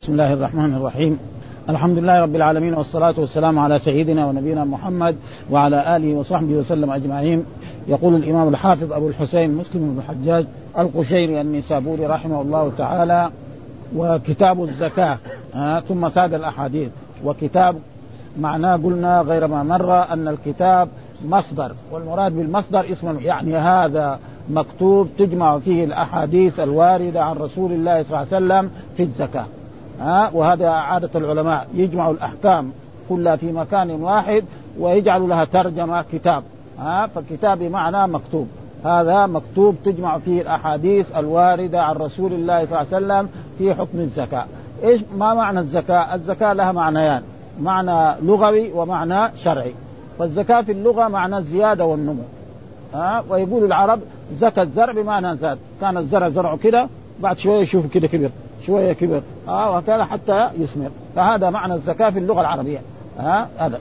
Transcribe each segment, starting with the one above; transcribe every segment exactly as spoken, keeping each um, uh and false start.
بسم الله الرحمن الرحيم. الحمد لله رب العالمين، والصلاة والسلام على سيدنا ونبينا محمد وعلى آله وصحبه وسلم أجمعين. يقول الإمام الحافظ أبو الحسين مسلم بن الحجاج القشيري النيسابوري رحمه الله تعالى: وكتاب الزكاة. آه ثم ساد الأحاديث. وكتاب معناه قلنا غير ما مر أن الكتاب مصدر، والمراد بالمصدر اسم يعني هذا مكتوب تجمع فيه الأحاديث الواردة عن رسول الله صلى الله عليه وسلم في الزكاة. ها وهذا عادة العلماء، يجمع الأحكام كلها في مكان واحد ويجعل لها ترجمة كتاب. ها فالكتاب بمعنى مكتوب، هذا مكتوب تجمع فيه الأحاديث الواردة عن رسول الله صلى الله عليه وسلم في حكم الزكاة. إيش ما معنى الزكاة؟ الزكاة لها معنيان، معنى لغوي ومعنى شرعي. والزكاة في اللغة معنى الزيادة والنمو. ها ويقول العرب زكى الزرع بمعنى زاد، كان الزرع زرعه كده بعد شوية يشوف كده كبر شوية كبر ها وكذا حتى يثمر، فهذا معنى الزكاة في اللغة العربية. ها هذا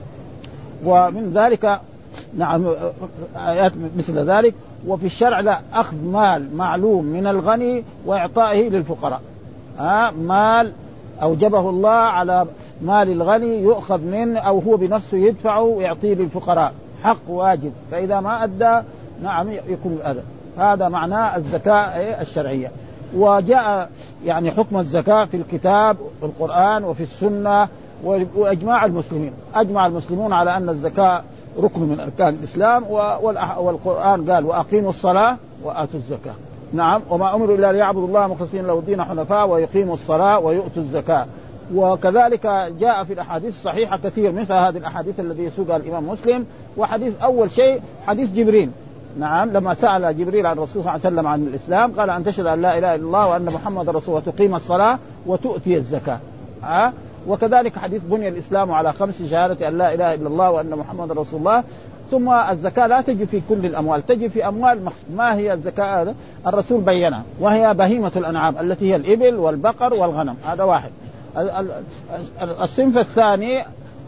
ومن ذلك نعم آيات مثل ذلك. وفي الشرع لا، أخذ مال معلوم من الغني وإعطائه للفقراء. ها مال أوجبه الله على مال الغني يؤخذ منه أو هو بنفسه يدفعه ويعطيه للفقراء، حق واجب، فإذا ما أدى نعم يكون هذا هذا معناه الزكاة الشرعية. وجاء يعني حكم الزكاة في الكتاب والقرآن وفي السنة وإجماع المسلمين، أجمع المسلمون على أن الزكاة ركن من أركان الإسلام. والقرآن قال: وأقيموا الصلاة وآتوا الزكاة. نعم وما أمروا إلا ليعبدوا الله مخلصين له الدين حنفاء ويقيموا الصلاة ويؤتوا الزكاة. وكذلك جاء في الأحاديث الصحيحة كثير مثل هذه الأحاديث الذي يسوقها الإمام مسلم. وحديث أول شيء حديث جبريل، نعم لما سأل جبريل عن الرسول صلى الله عليه وسلم عن الإسلام قال: أن تشهد أن لا إله إلا الله وأن محمد رسول الله وتقيم الصلاة وتؤتي الزكاة. أه؟ وكذلك حديث بني الإسلام على خمس: شهادة أن لا إله إلا الله وأن محمد رسول الله. ثم الزكاة لا تجي في كل الأموال، تجي في أموال مخصوص. ما هي الزكاة؟ هذا الرسول بينها، وهي بهيمة الأنعام التي هي الإبل والبقر والغنم. هذا واحد. الصنف الثاني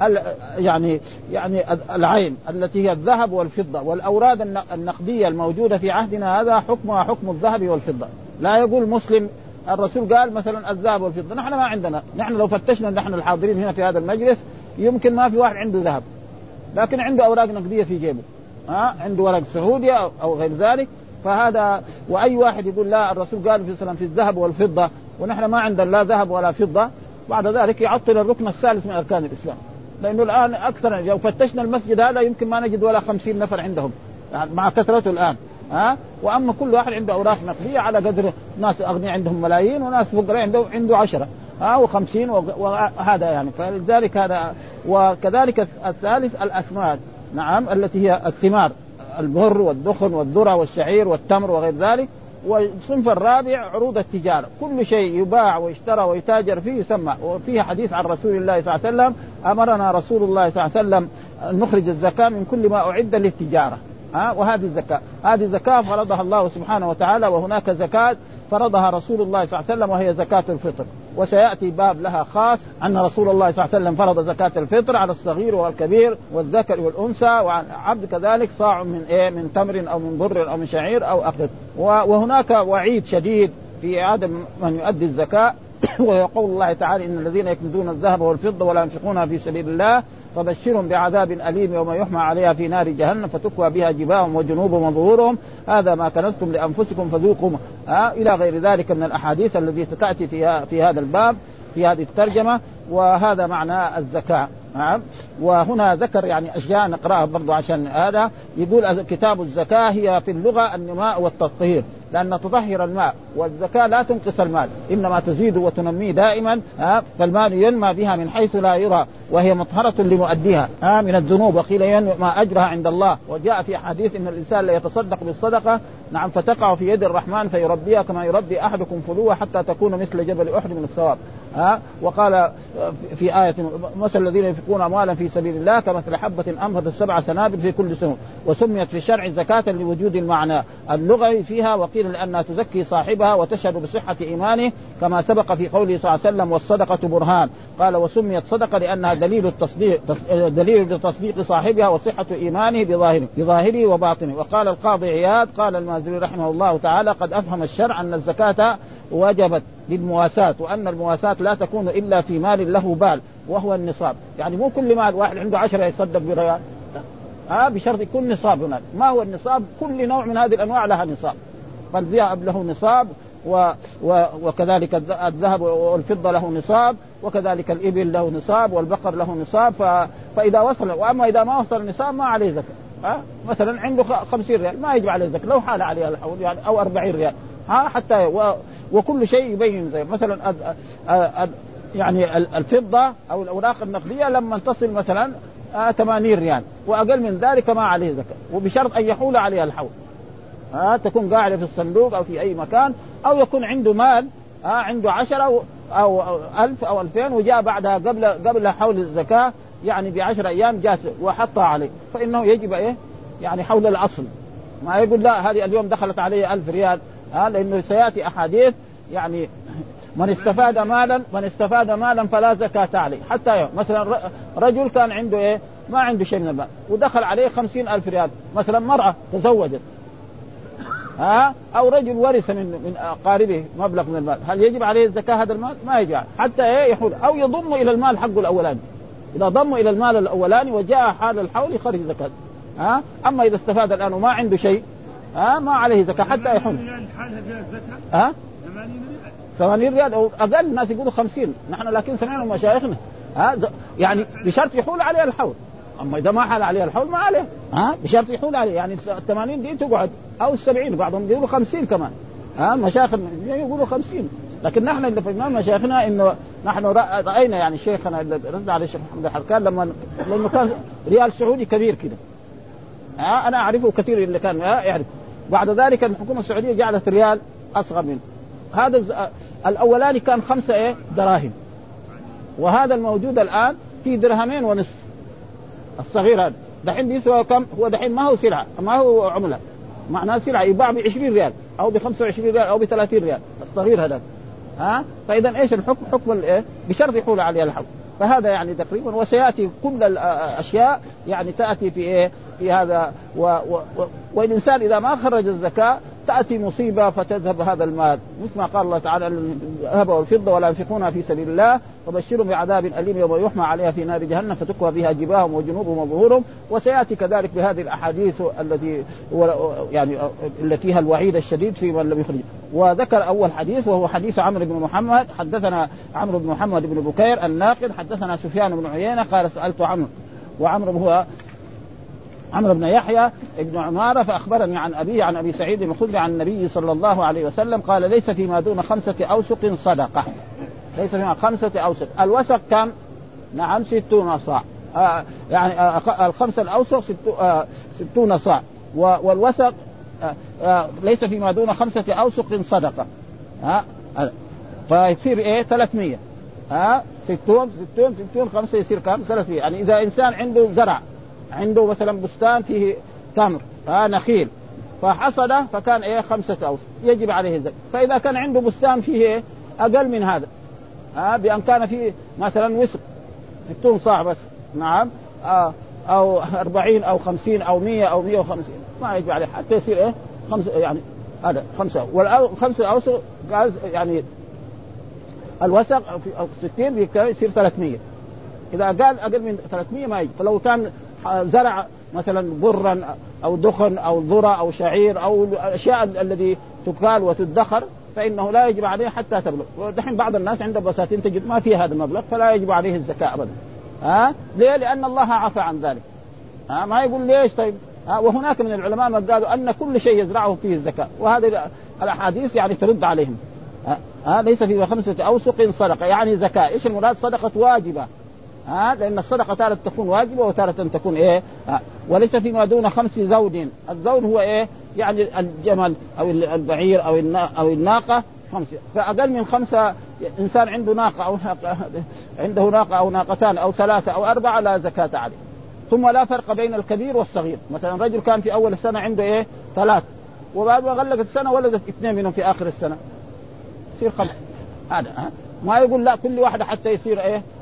يعني يعني العين التي هي الذهب والفضة والأوراد النقدية الموجودة في عهدنا، هذا حكمها حكم الذهب والفضة. لا يقول مسلم الرسول قال مثلا الذهب والفضة، نحن ما عندنا. نحن لو فتشنا نحن الحاضرين هنا في هذا المجلس يمكن ما في واحد عنده ذهب، لكن عنده أوراق نقدية في جيبه. ها عنده ورق سعودي أو غير ذلك. فهذا وأي واحد يقول لا الرسول قال في السلام في الذهب والفضة ونحن ما عندنا لا ذهب ولا فضة، بعد ذلك يعطل الركن الثالث من أركان الإسلام. لأنه الآن أكثر، لو فتشنا المسجد هذا يمكن ما نجد ولا خمسين نفر عندهم يعني مع كثرته الآن. ها وأما كل واحد عنده أوراق نقدية على قدر، ناس أغنياء عندهم ملايين وناس فقراء عنده عنده عشرة ها وخمسين وهذا يعني. فلذلك هذا. وكذلك الثالث الأثمار، نعم التي هي الثمار، البر والدخن والذرة والشعير والتمر وغير ذلك. والصنف الرابع عروض التجارة، كل شيء يباع ويشترى ويتاجر فيه يسمى. وفيه حديث عن رسول الله صلى الله عليه وسلم: أمرنا رسول الله صلى الله عليه وسلم أن نخرج الزكاة من كل ما أعد للتجارة. ها وهذه الزكاة، هذه زكاة فرضها الله سبحانه وتعالى. وهناك زكاة فرضها رسول الله صلى الله عليه وسلم وهي زكاة الفطر، وسيأتي باب لها خاص أن رسول الله صلى الله عليه وسلم فرض زكاة الفطر على الصغير والكبير والذكر والأنثى، وعن عبد كذلك صاع من إيه من تمر أو من بر أو من شعير أو أقط. وهناك وعيد شديد في عدم من يؤدي الزكاة. ويقول الله تعالى: إن الذين يكنزون الذهب والفضة ولا ينفقونها في سبيل الله فبشرهم بعذاب أليم يوم يحمى عليها في نار جهنم فتكوى بها جباههم وجنوبهم وظهورهم هذا ما كنزتم لأنفسكم فذوقوا. ها إلى غير ذلك من الأحاديث التي تأتي في في هذا الباب في هذه الترجمة. وهذا معنى الزكاة. نعم وهنا ذكر يعني أشياء نقرأها برضو عشان هذا. يقول كتاب الزكاة هي في اللغة النماء والتطهير، لأن تطهر الماء، والزكاة لا تنقص المال إنما تزيد وتنميه دائما. فالمال ينمى بها من حيث لا يرى، وهي مطهرة لمؤديها من الذنوب. وقيل ينمى ما أجرها عند الله. وجاء في حديث إن الإنسان لا يتصدق بالصدقة نعم فتقع في يد الرحمن فيربيها كما يربي أحدكم فلوه حتى تكون مثل جبل أحد من الثواب. ها وقال في آية: مثل الذين ينفقون أموالا في سبيل الله كمثل حبة أنبتت سبع سنابل في كل سنة. وسميت في الشرع زكاة لوجود المعنى اللغوي فيها. وقيل لأنها تزكي صاحبها وتشهد بصحة إيمانه كما سبق في قوله صلى الله عليه وسلم: والصدقة برهان. قال: وسميت صدقة لأنها دليل التصديق دليل لتصديق صاحبها وصحة إيمانه بظاهره بظاهره وباطنه. وقال القاضي عياض قال المازري رحمه الله تعالى قد أفهم الشرع أن الزكاة وجبت للمواساة، وأن المواساة لا تكون إلا في مال له بال وهو النصاب. يعني مو كل مال واحد عنده عشرة يتصدق بريال، ها بشرط يكون نصاب. هناك ما هو النصاب؟ كل نوع من هذه الأنواع لها نصاب، فالذهب له نصاب و... و... وكذلك الذهب والفضة له نصاب، وكذلك الإبل له نصاب والبقر له نصاب. ف... فإذا وصل، وأما إذا ما وصل النصاب ما عليه زكاة. ها مثلا عنده خمسين ريال ما يجب عليه زكاة لو حال عليها الحول، يعني أو أربعين ريال، ها حتى و... وكل شيء يبين زي مثلا أد... أد... يعني الفضة أو الأوراق النقدية لما تصل مثلا ثمانين ريال وأقل من ذلك ما عليه زكاة، وبشرط أن يحول عليها الحول. ها تكون قاعدة في الصندوق أو في أي مكان، أو يكون عنده مال ها عنده عشرة أو, أو ألف أو ألفين وجاء بعدها قبل قبل حول الزكاة يعني بعشر أيام جاء وحطها عليه، فإنه يجب إيه يعني حول الأصل. ما يقول لا هذه اليوم دخلت عليه ألف ريال، ها لأنه سيأتي أحاديث يعني من استفاد مالا من استفاد مالا فلا زكاة عليه. حتى يوم مثلا رجل كان عنده إيه ما عنده شيء من المال ودخل عليه خمسين ألف ريال، مثلا مرأة تزوجت، ها أو رجل ورث من من أقاربه مبلغ من المال، هل يجب عليه الزكاة هذا المال؟ ما يجب، حتى إيه يحول أو يضم إلى المال حقه الأولاني. إذا ضم إلى المال الأولاني وجاء حال الحول يخرج زكاة. ها أما إذا استفاد الآن وما عنده شيء ها ما عليه زكاة حتى يحول. ها ثمانين ريال أو أقل، الناس يقولوا خمسين، نحن لكن سمعنا مشايخنا ها يعني بشرط يحول عليه الحول. أما إذا ما حال عليه الحول ما عليه، ها بشرط يحول عليه، يعني الثمانين دي تقعد أو السبعين، بعضهم يقولوا خمسين كمان، ها مشايخنا يقولوا خمسين. لكن نحن اللي فهمنا مشايخنا إنه نحن رأينا يعني شيخنا اللي رد عليه الشيخ محمد الحركان لما لما كان ريال سعودي كبير كده، ها أنا أعرفه كثير اللي كان يعرف. بعد ذلك الحكومة السعودية جعلت ريال أصغر منه. هذا الأولاني كان خمسة إيه دراهم، وهذا الموجود الآن في درهمين ونصف. الصغير هذا دحين بيسوى كم؟ هو دحين ما هو سلعة، ما هو عملة، معناه سلعة يباع بعشرين ريال أو بخمسة وعشرين ريال أو بثلاثين ريال الصغير هذا. ها فإذا إيش الحكم؟ حكم الإيه بشرط يحول عليه الحول. فهذا يعني تقريبا، وسيأتي كل الأشياء يعني تأتي في إيه في هذا و و و والإنسان إذا ما خرج الزكاة تأتي مصيبة فتذهب هذا المال، مثل ما قال الله تعالى الذهب والفضة ولا ينفقونها في سبيل الله وبشرهم بعذاب أليم يوم يحمى عليها في نار جهنم فتكوى بها جباههم وجنوبهم وظهورهم. وسيأتي كذلك بهذه الأحاديث التي يعني التي فيها الوعيد الشديد في من لم يخرج. وذكر أول حديث وهو حديث عمرو بن محمد حدثنا عمرو بن محمد بن بكير الناقد حدثنا سفيان بن عيينة قال سألت عمرو، وعمرو هو عمرو بن يحيى ابن عمارة فأخبرني عن أبيه عن أبي سعيد الخدري عن النبي صلى الله عليه وسلم قال ليس فيما دون خمسة أوسق صدقة. ليس فيما خمسة أوسق. الوسق كم؟ نعم ستون صاع. آه يعني آه الخمسة الأوسق ستو آه ستون صاع، والوسق آه آه ليس فيما دون خمسة أوسق صدقة. ها آه فيصير إيه ثلاثمية. ها ستون ستون ستون خمسة يصير كم؟ ثلاثمية. يعني إذا إنسان عنده زرع، عنده مثلا بستان فيه تمر آه نخيل فحصده فكان ايه خمسة اوسق يجب عليه الزكاة. فاذا كان عنده بستان فيه ايه اقل من هذا آه بان كان فيه مثلا وسق ستون صاع بس نعم آه او أربعين او خمسين او مية او مية وخمسين ما يجب عليه حتى يصير ايه خمسة، يعني هذا خمسة. والخمسة اوسق قال يعني الوسق او ستين يصير ثلاثمية. اذا قال اقل من ثلاثمية ما يجب. فلو كان زرع مثلا برا او دخن او ذرة او شعير او الاشياء الذي تكال وتدخر فانه لا يجب عليه حتى تبلغ. ودحين بعض الناس عنده بساتين تجد ما فيها هذا المبلغ فلا يجب عليه الزكاة ابدا. ها ليه؟ لان الله عفى عن ذلك. ها ما يقول ليش طيب. ها وهناك من العلماء ما قالوا ان كل شيء يزرعه فيه الزكاة، وهذه الاحاديث يعني ترد عليهم. ها ليس في خمسة اوسق صدقة يعني زكاة. ايش المراد؟ صدقة واجبة. ها لأن الصدقة تارة تكون واجبة وتارة تكون إيه ها. وليس فيما دون خمس زود. الزود هو إيه يعني الجمل أو البعير أو أو الناقة خمسة. فأقل من خمسة إنسان عنده ناقة أو ناقة عنده ناقة أو ناقتان أو ثلاثة أو أربعة لا زكاة عليه. ثم لا فرق بين الكبير والصغير. مثلا رجل كان في أول السنة عنده إيه ثلاث وبعد ما غلقت السنة ولدت اثنين منهم في آخر السنة يصير خمسة. هذا ها ما يقول لا كل واحدة حتى يصير إيه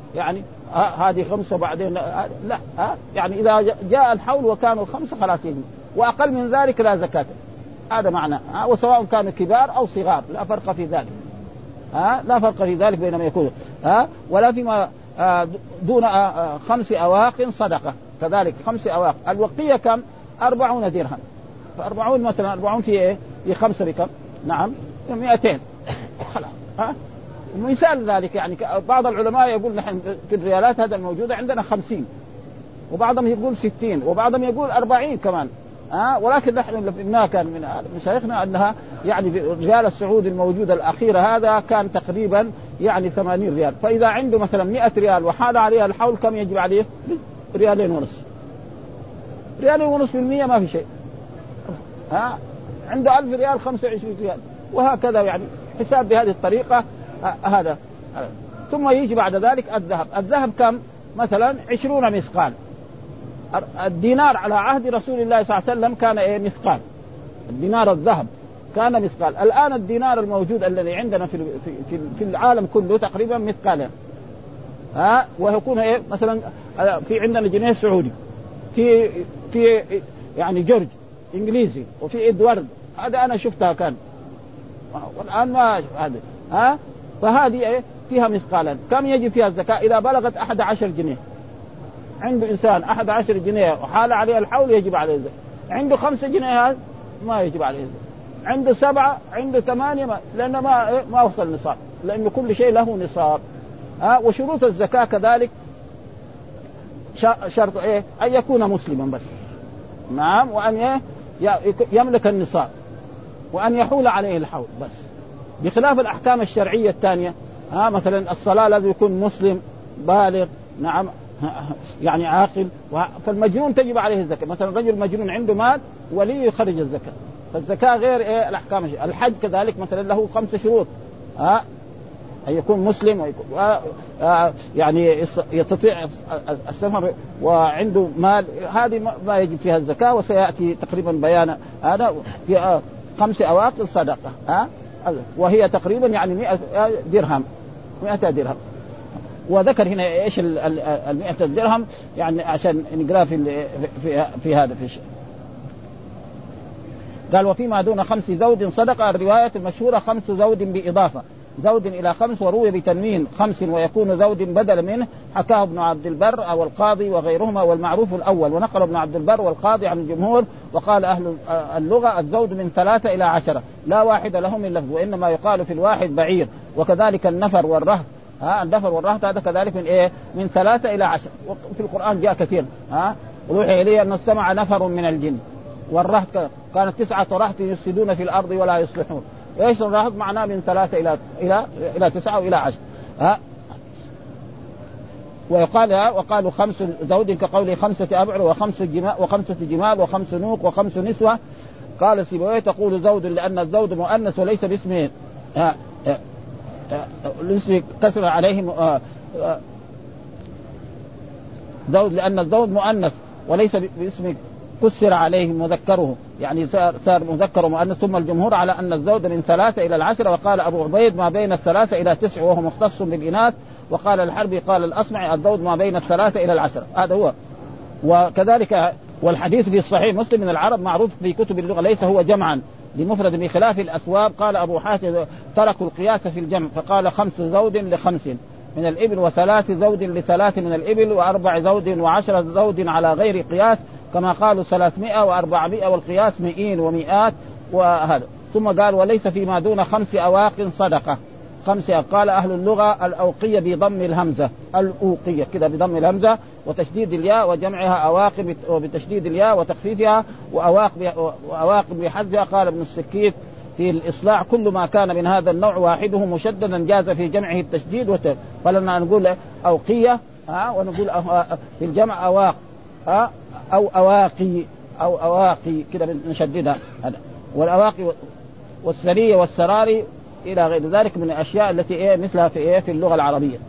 يعني هذه خمسة بعدين لا ها يعني إذا جاء الحول وكانوا خمسة خلاص يجب، وأقل من ذلك لا زكاة. هذا معنى، وسواء كانوا كبار أو صغار لا فرق في ذلك، ها لا فرق في ذلك بينما يكونوا ها. ولا فيما دون خمس أواق صدقة كذلك. خمس أواق الوقية كم؟ أربعون درهم، فأربعون مثلا أربعون في إيه؟ في خمسة بكم؟ نعم مئتين خلاص ها. مثال ذلك يعني بعض العلماء يقول نحن في الريالات هذا الموجودة عندنا خمسين، وبعضهم يقول ستين، وبعضهم يقول أربعين كمان ها. ولكن نحن لفهمناها كان من مشايخنا أنها يعني الريال السعودي الموجود الأخير هذا كان تقريبا يعني ثمانين ريال، فإذا عنده مثلا مئة ريال وحال عليها الحول كم يجب عليه؟ ريالين ونصف، ريالين ونصف في المية ما في شيء ها. عنده ألف ريال خمسة وعشرين ريال، وهكذا يعني حساب بهذه الطريقة هذا. ثم يجي بعد ذلك الذهب. الذهب كم؟ مثلا عشرون مثقال. الدينار على عهد رسول الله صلى الله عليه وسلم كان ايه؟ مثقال. الدينار الذهب كان مثقال. الآن الدينار الموجود الذي عندنا في في في العالم كله تقريبا مثقال ها. ويكون ايه مثلا في عندنا جنيه سعودي، في في يعني جورج انجليزي، وفي ادوارد، هذا انا شفتها كان، والآن ما هذا ها. فهذه ايه فيها مثقالا. كم يجب فيها الزكاة؟ إذا بلغت أحد عشر جنيه. عنده إنسان أحد عشر جنيه وحال عليه الحول يجب عليه الزكاة. عنده خمسة جنيه ما يجب عليه الزكاة. عنده سبعة، عنده ثمانية ما، لأنه ما إيه ما وصل النصاب، لأن كل شيء له نصاب ها. وشروط الزكاة كذلك شرط ايه؟ أن يكون مسلما بس، نعم، وأن ايه يملك النصاب، وأن يحول عليه الحول بس، بخلاف الأحكام الشرعية الثانية ها. مثلا الصلاة لازم يكون مسلم بالغ، نعم، يعني عاقل. فالمجنون تجب عليه الزكاة. مثلا رجل مجنون عنده مال ولي يخرج الزكاة، فالزكاة غير إيه الأحكام الشرعية. الحج كذلك مثلا له خمس شروط ها، أن يكون مسلم ويكون يعني يستطيع السفر وعنده مال، هذه ما يجب فيها الزكاة، وسيأتي تقريبا بيان هذا في خمس أواق صدقة ها، وهي تقريبا يعني مئة درهم، مئة درهم. وذكر هنا ايش المئة درهم يعني عشان نقرأ في في في هذا في شيء. قال وفيما دون خمس زوج صدقة. الرواية المشهورة خمس زوج بإضافة زوج إلى خمس، وروي بتنوين خمس ويكون زوج بدل منه، حكاه ابن عبد البر أو القاضي وغيرهما، والمعروف الأول. ونقل ابن عبد البر والقاضي عن الجمهور. وقال أهل اللغة الزوج من ثلاثة إلى عشرة، لا واحد لهم من لفظ، وإنما يقال في الواحد بعير. وكذلك النفر والرهط ها، النفر والرهط هذا كذلك من إيه؟ من ثلاثة إلى عشرة. وفي القرآن جاء كثير ها. ووحي إليه أن استمع نفر من الجن. والرهط كانت تسعة رهط يفسدون في الأرض ولا يصلحون. ايش الرهط؟ معناه من ثلاثة إلى إلى إلى تسعة وإلى عشرة ها. ويقال وقالوا خمس زوج كقوله خمسة أبعر وخمس جمال وخمسة جمال وخمس نوق وخمس نسوة. قال سيبويه تقول زوج لأن الزوج مؤنث وليس باسمه ها، الاسم كسر عليهم زوج، لأن الزوج مؤنث وليس باسم كسر عليه مذكره، يعني صار صار مذكر ومؤنث. ثم الجمهور على أن الزوج من ثلاثة إلى العشرة. وقال أبو عبيد ما بين الثلاثة إلى تسع وهو مختص بالإناث. وقال الحربي قال الأصمعي الزوج ما بين الثلاثة إلى العشرة، هذا هو. وكذلك والحديث في الصحيح مسلم من العرب معروف في كتب اللغة، ليس هو جمعا لمفرد بخلاف الأثواب. قال أبو حاتم تركوا القياس في الجمع، فقال خمس زوج لخمس من الإبل، وثلاث زوج لثلاث من الإبل، وأربع زوج وعشرة زوج على غير قياس، كما قالوا ثلاثمائة وأربعمائة، والقياس مئين ومئات وهذا. ثم قال وليس فيما دون خمس أواق صدقة. خمسة قال أهل اللغة الأوقية بضم الهمزة، الأوقية كده بضم الهمزة وتشديد الياء، وجمعها أواق بتشديد الياء وتخفيفها، وأواق وأواق بحذفها. قال ابن السكيت في الإصلاح كل ما كان من هذا النوع واحده مشددا جاز في جمعه التشديد وت... فلما نقول أوقية ها، ونقول في الجمع أواق ها، أو أواقي أو أواقي كده نشددها هذا. والأواقي والسرية والسراري إلى غير ذلك من الأشياء التي إيه مثلها في إيه في اللغة العربية.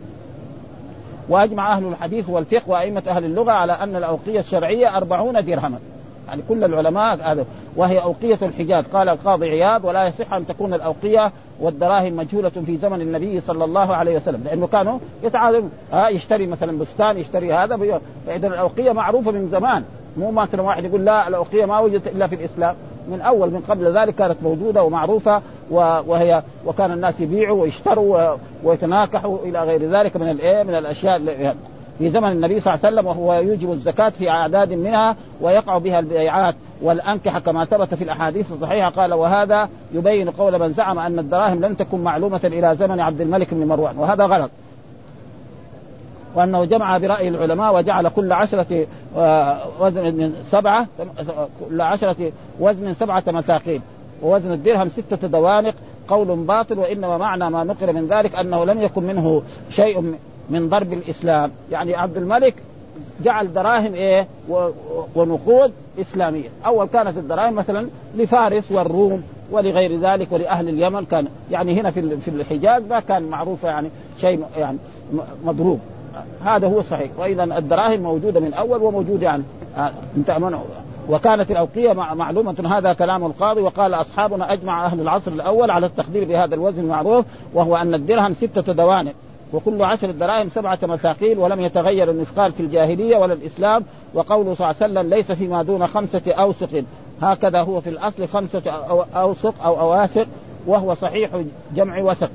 وأجمع أهل الحديث والفقه وأئمة أهل اللغة على أن الأوقية الشرعية أربعون درهما يعني كل العلماء هذا. وهي أوقية الحجاز. قال القاضي عياض: ولا يصح أن تكون الأوقية والدراهم مجهولة في زمن النبي صلى الله عليه وسلم، لأنه كانوا يتعادلون، ها يشتري مثلا بستان، يشتري هذا، فإذا الأوقية معروفة من زمان، مو مثلا واحد يقول لا الأوقية ما وجدت إلا في الإسلام، من أول من قبل ذلك كانت موجودة ومعروفة، وهي وكان الناس يبيعوا ويشتروا ويتناكحوا إلى غير ذلك من الإيه من الأشياء في زمن النبي صلى الله عليه وسلم. وهو يوجب الزكاة في أعداد منها ويقع بها البيعات والأنكحة كما ثبت في الأحاديث الصحيحة. قال: وهذا يبين قول من زعم أن الدراهم لن تكن معلومة إلى زمن عبد الملك بن مروان، وهذا غلط، وأنه جمع برأي العلماء وجعل كل عشرة وزن من سبعة كل عشرة وزن سبعة مثاقيل، ووزن الدرهم ستة دوانق، قول باطل. وإنما معنى ما نقل من ذلك أنه لم يكن منه شيء من ضرب الإسلام، يعني عبد الملك جعل دراهم إيه ونقود إسلامية. أول كانت الدراهم مثلا لفارس والروم ولغير ذلك ولأهل اليمن، كان يعني هنا في في الحجاز ما كان معروفة يعني شيء يعني مضروب، هذا هو صحيح. وإذا الدراهم موجودة من أول وموجودة يعني انت أمنه. وكانت الأوقية معلومة، هذا كلام القاضي. وقال: أصحابنا أجمع أهل العصر الأول على التقدير بهذا الوزن المعروف، وهو أن الدرهم ستة دوانق وكل عشر دراهم سبعة مثاقيل، ولم يتغير المثقال في الجاهلية ولا الإسلام. وقوله صلى الله عليه وسلم: ليس فيما دون خمسة أوسق، هكذا هو في الأصل خمسة أوسق أو أواسق، وهو صحيح جمع وسق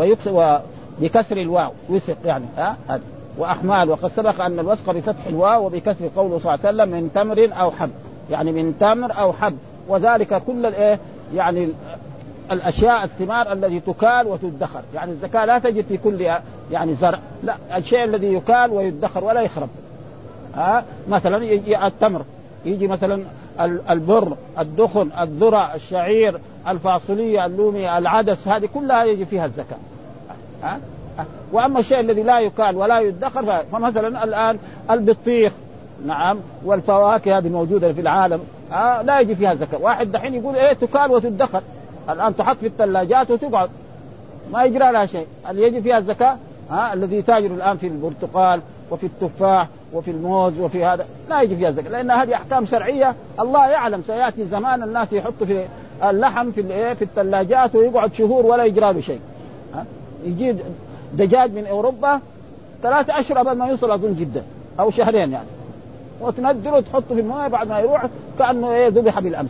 وبكسر الواو وسق يعني ها أه؟ وأحمال. وقد سبق أن الوسق بفتح الواو وبكسر، قوله صلى الله عليه وسلم: من تمر أو حب، يعني من تمر أو حب. وذلك كل الإيه يعني الأشياء الثمار التي تكال وتدخر، يعني الزكاة لا تجد في كل يعني زرع، لا، الشيء الذي يكال ويدخر ولا يخرب. ها مثلا يجي التمر، يجي مثلا البر، الدخن، الذرة، الشعير، الفاصولية، اللومي، العدس، هذه كلها يجي فيها الزكاة. ها وأما الشيء الذي لا يكال ولا يدخر، فمثلا الآن البطيخ نعم والفواكه هذه موجودة في العالم آه لا يجي فيها زكاة. واحد دحين يقول إيه تكال وتدخر، الآن تحط في الثلاجات وتقعد ما يجرى لها شيء، اللي يجي فيها الزكاة ها الذي تاجر الآن في البرتقال وفي التفاح وفي الموز وفي هذا لا يجي فيها زكاة، لأن هذه أحكام شرعية. الله يعلم سيأتي زمان الناس يحطوا في اللحم في الايه في الثلاجات ويقعد شهور ولا يجرى له شيء. ها يجي دجاج من أوروبا ثلاثة أشهر قبل ما يوصل أظن جدا أو شهرين يعني، وتنزله وتحطه في الماء بعد ما يروح كأنه ايه ذبح بالأمس.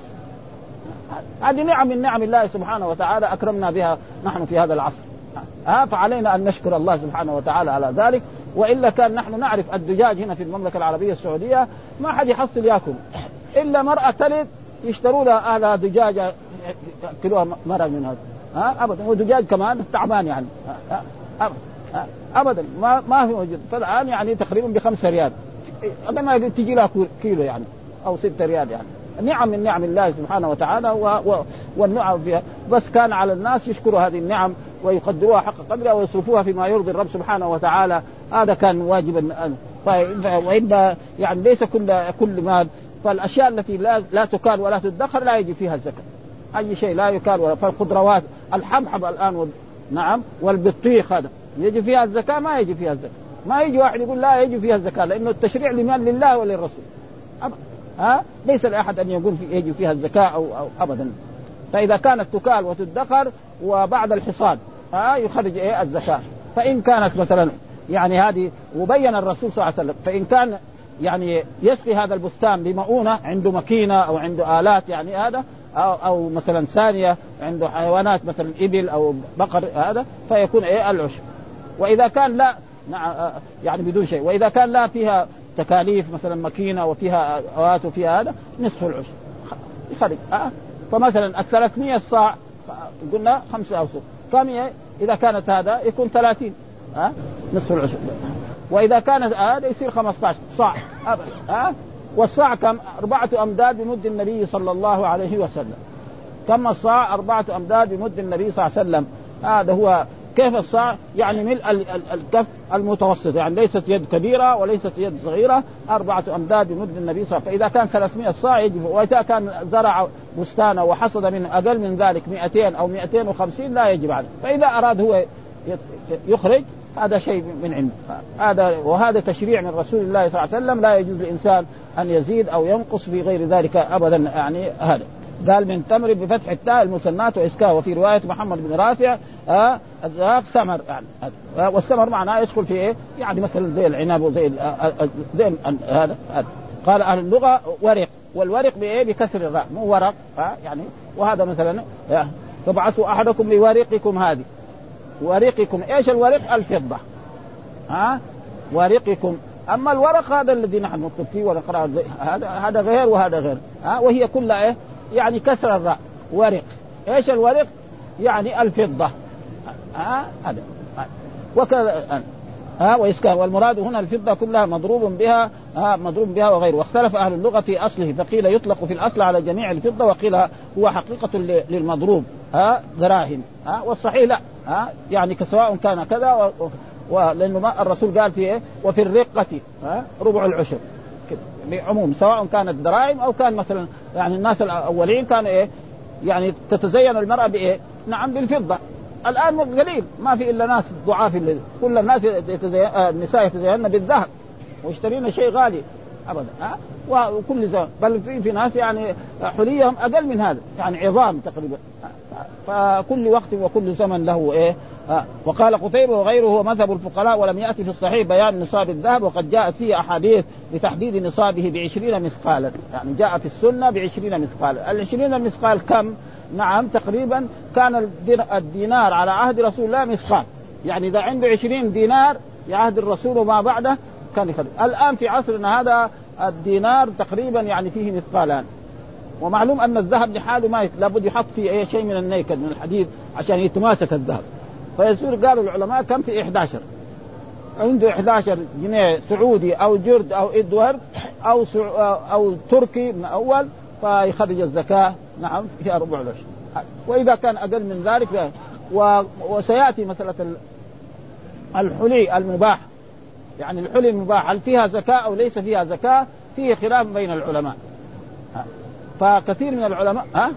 هذه نعم من نعم الله سبحانه وتعالى أكرمنا بها نحن في هذا العصر، ها فعلينا أن نشكر الله سبحانه وتعالى على ذلك. وإلا كان نحن نعرف الدجاج هنا في المملكة العربية السعودية ما حد يحصل يأكل إلا مرأة تلد يشتروا لها أهلها دجاجة كلها مرة من هذا ها أبدا، ودجاج كمان تعبان يعني ها أبدا, أبدا ما ما في موجود. فالآن يعني تقريبا بخمسة ريال قبل ما تجي لها كيلو يعني أو ستة ريال يعني. نعم من نعم الله سبحانه وتعالى و... و... والنعم فيها، بس كان على الناس يشكروا هذه النعم ويقدروها حق قدرها ويصرفوها فيما يرضي الرب سبحانه وتعالى، هذا كان واجبا. ف... وإن يعني ليس كل كل مال، فالأشياء التي لا لا تكال ولا تدخر لا يجي فيها الزكاة، أي شيء لا يكال ولا. فالخضروات الحبحب الآن و... نعم والبطيخ هذا يجي فيها الزكاة ما يجي فيها الزكاة، ما يجي واحد يقول لا يجي فيها الزكاة، لأنه التشريع لمن لله وللرسول أب... ها ليس لأحد أن يقول في يجي فيها الزكاة أو, أو أبدا. فإذا كانت تكال وتدخر وبعد الحصاد ها يخرج إيه الزكاة. فإن كانت مثلا يعني هذه وبين الرسول صلى الله عليه وسلم، فإن كان يعني يسقي هذا البستان بمؤونة عنده مكينة أو عنده آلات يعني هذا أو, أو مثلا ثانية عنده حيوانات مثلا إبل أو بقر هذا فيكون إيه العشر. وإذا كان لا يعني بدون شيء، وإذا كان لا فيها تكاليف مثلا مكينة وفيها أوات وفيها هذا نصف العشر يخرج. أه؟ فمثلا الثلاثمية صاع قلنا خمسة أوسق كم إذا كانت هذا يكون ثلاثين أه؟ نصف العشر. وإذا كانت هذا يصير خمسة عشر صاع أبدا. أه؟ والصاع كم؟ أربعة أمداد بمد النبي صلى الله عليه وسلم. كم الصاع؟ أربعة أمداد بمد النبي صلى الله عليه وسلم. هذا هو كيف الصاع؟ يعني ملء الكف المتوسط، يعني ليست يد كبيرة وليست يد صغيرة، أربعة أمداد بمد النبي صلى الله عليه وسلم. فإذا كان ثلاثمائة صاع يجب، وإذا كان زرع بستانه وحصد من أقل من ذلك مئتين أو مئتين وخمسين لا يجب عليه. فإذا أراد هو يخرج هذا شيء من عنده هذا، وهذا تشريع من رسول الله صلى الله عليه وسلم. لا يجوز للإنسان أن يزيد أو ينقص في غير ذلك أبدا. يعني هذا قال من تمر بفتح التاء المثنات وإسكان. وفي رواية محمد بن رافع آه الذهب سمر يعني آه والسمر معناه يدخل في إيه يعني مثلا زي العنب وزي آه زي هذا آه قال أهل اللغة ورق، والورق بإيه بكسر الراء مو ورق آه يعني. وهذا مثلا آه فبعثوا أحدكم بورقكم هذه ورقكم. إيش الورق؟ الفضة ها آه ورقكم. أما الورق هذا الذي نحن نكتب فيه ونقرأ هذا هذا غير وهذا غير ها آه وهي كلها إيه يعني كسر الراء ورق. إيش الورق؟ يعني الفضة ها آه هذا آه وكذا ها آه وإسكان. والمراد هنا الفضة كلها مضروب بها آه مضروب بها وغيره. واختلف أهل اللغة في أصله، فقيل يطلق في الأصل على جميع الفضة، وقيل هو حقيقة للمضروب ها آه دراهم ها آه والصحيح لا ها آه يعني سواء كان كذا و... ولأنه ما الرسول قال فيه وفي الرقة ها آه ربع العشر بعموم، سواء كانت دراهم أو كان مثلا يعني الناس الأولين كانوا إيه يعني تتزين المرأة بإيه نعم بالفضة. الآن قليل ما في إلا ناس ضعاف، كل الناس يتزين النساء يتزينن بالذهب ويشترين شيء غالي أبدا ها آه وكل زمان بل في في ناس يعني حليهم أقل من هذا يعني عظام تقريبا. فكل وقت وكل زمن له إيه آه. وقال قتيبة وغيره هو مذهب الفقهاء، ولم يأتي في الصحيح بيان نصاب الذهب، وقد جاءت فيه أحاديث بتحديد نصابه بعشرين مثقالا. يعني جاء في السنة بعشرين مثقالا. العشرين مثقال كم؟ نعم تقريبا كان الدينار على عهد رسول الله مثقال، يعني إذا عنده عشرين دينار عهد الرسول وما بعده كان يخرج. الآن في عصرنا هذا الدينار تقريبا يعني فيه مثقالان. ومعلوم أن الذهب لحاله ما لابد يحط فيه أي شيء من النيكد من الحديد عشان يتماسك الذهب. فيصير قالوا العلماء كم في إحدى عشر، عنده إحدى عشر جنيه سعودي أو جرد أو إدوارد أو سع... أو تركي من أول فيخرج الزكاة نعم فيها ربع العشر. وإذا كان أقل من ذلك و... وسيأتي مسألة الحلي المباح، يعني الحلي المباح هل فيها زكاة أو ليس فيها زكاة، فيه خلاف بين العلماء. فكثير من العلماء ها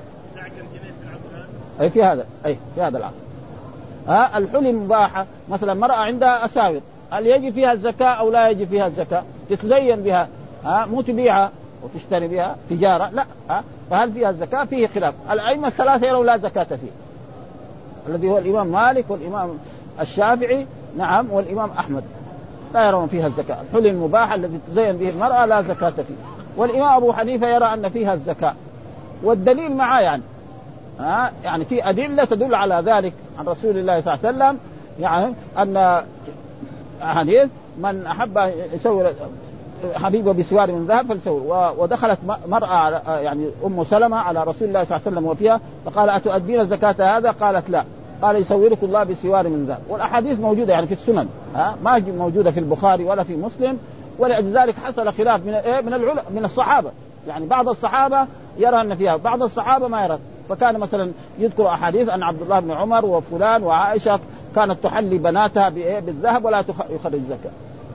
أي في هذا أي في هذا العصر ها الحلي المباحة مثلا مرأة عندها أساور، هل يجي فيها الزكاة أو لا يجي فيها الزكاة؟ تتزين بها ها مو تبيعها وتشتري بها تجارة لا ها فهل فيها الزكاة؟ فيه خلاف. الأئمة الثلاثة يروا لا زكاة فيه، الذي هو الإمام مالك والإمام الشافعي نعم والإمام أحمد لا يرون فيها الزكاة. الحلي المباح الذي تزين به المرأة لا زكاة فيه. والإمام أبو حنيفة يرى أن فيها الزكاة، والدليل معاه يعني ها يعني في أدلة تدل على ذلك عن رسول الله صلى الله عليه وسلم، يعني أن حديث من أحب يسوي حبيبه بسوار من ذهب فلسوي. ودخلت مرأة يعني أم سلمة على رسول الله صلى الله عليه وسلم وفيها فقال أتؤدين الزكاة هذا؟ قالت لا. قال يسورك الله بسوار من ذهب. والأحاديث موجودة يعني في السنن ها ما موجودة في البخاري ولا في مسلم. ولذلك حصل خلاف من من العلماء من الصحابة، يعني بعض الصحابة يرى أن فيها بعض الصحابة ما يرى. فكان مثلا يذكر أحاديث أن عبد الله بن عمر وفلان وعائشة كانت تحلي بناتها بالذهب ولا يخرج زكاة.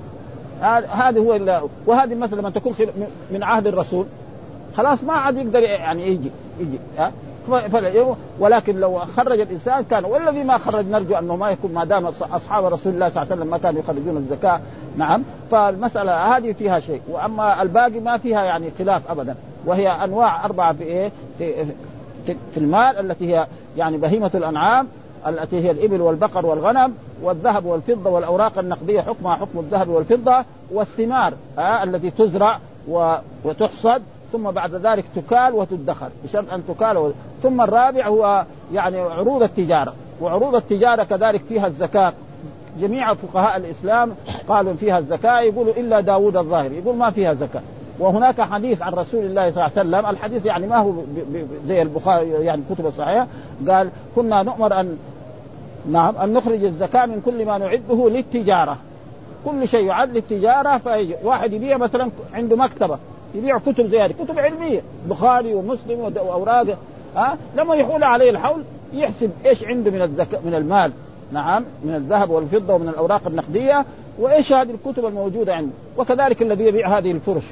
هذا هو. وهذه مثلا لما تكون من عهد الرسول خلاص ما عاد يقدر يعني يجي يجي ها ولكن لو خرج الإنسان كان. والذي ما خرج نرجو أنه ما يكون ما دام أصحاب رسول الله صلى الله عليه وسلم ما كانوا يخرجون الزكاة نعم. فالمسألة هذه فيها شيء، وأما الباقي ما فيها يعني خلاف أبدا. وهي أنواع أربعة في إيه في, في المال التي هي يعني بهيمة الأنعام التي هي الإبل والبقر والغنم والذهب والفضة والأوراق النقدية حكمها حكم الذهب والفضة، والثمار آه التي تزرع وتحصد ثم بعد ذلك تكال وتدخر بشرط أن تكال و... ثم الرابع هو يعني عروض التجارة. وعروض التجارة كذلك فيها الزكاة. جميع فقهاء الإسلام قالوا فيها الزكاة، يقولوا إلا داود الظاهري يقول ما فيها زكاة. وهناك حديث عن رسول الله صلى الله عليه وسلم، الحديث يعني ما هو ب... ب... زي البخاري يعني كتب الصحيحة، قال كنا نؤمر أن نعم أن نخرج الزكاة من كل ما نعده للتجارة. كل شيء يعد للتجارة. فيجي واحد يبيع مثلا عنده مكتبة يبيع كتب زي هذه كتب علمية بخاري ومسلم وأوراق ها لما يحول عليه الحول يحسب إيش عنده من الزكاة من المال نعم من الذهب والفضة ومن الأوراق النقدية وإيش هذه الكتب الموجودة عنده. وكذلك الذي يبيع هذه الفرش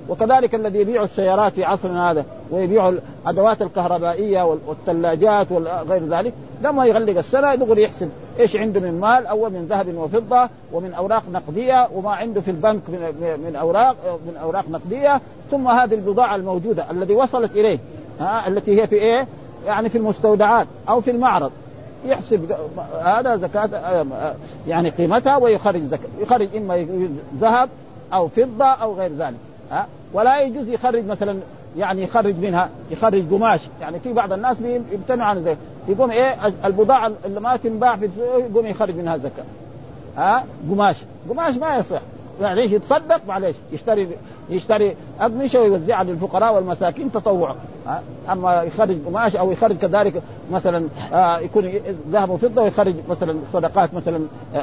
وكذلك الذي يبيع السيارات في عصرنا هذا ويبيع الأدوات الكهربائية والثلاجات وغير ذلك، لما يغلق السنة يدغري يحسب إيش عنده من مال أو من ذهب وفضة ومن أوراق نقدية وما عنده في البنك من أوراق من أوراق نقدية، ثم هذه البضاعة الموجودة التي وصلت إليه ها التي هي في إيه يعني في المستودعات أو في المعرض، يحسب هذا زكاة يعني قيمتها ويخرج زكاة، يخرج إما ذهب أو فضة أو غير ذلك ها. ولا يجوز يخرج مثلا يعني يخرج منها يخرج قماش، يعني في بعض الناس بيمتنعوا عن ذلك، يقوم إيه البضاعة اللي ما تنباع في السوق يقوم يخرج منها زكاة ها. قماش قماش ما يصح، يعني يتصدق معليش يشتري يشتري أقمشة ويوزعها للفقراء والمساكين تطوعا، أما يخرج قماش أو يخرج كذلك مثلا آه يكون ذهب وفضة ويخرج مثلا صدقات مثلا آه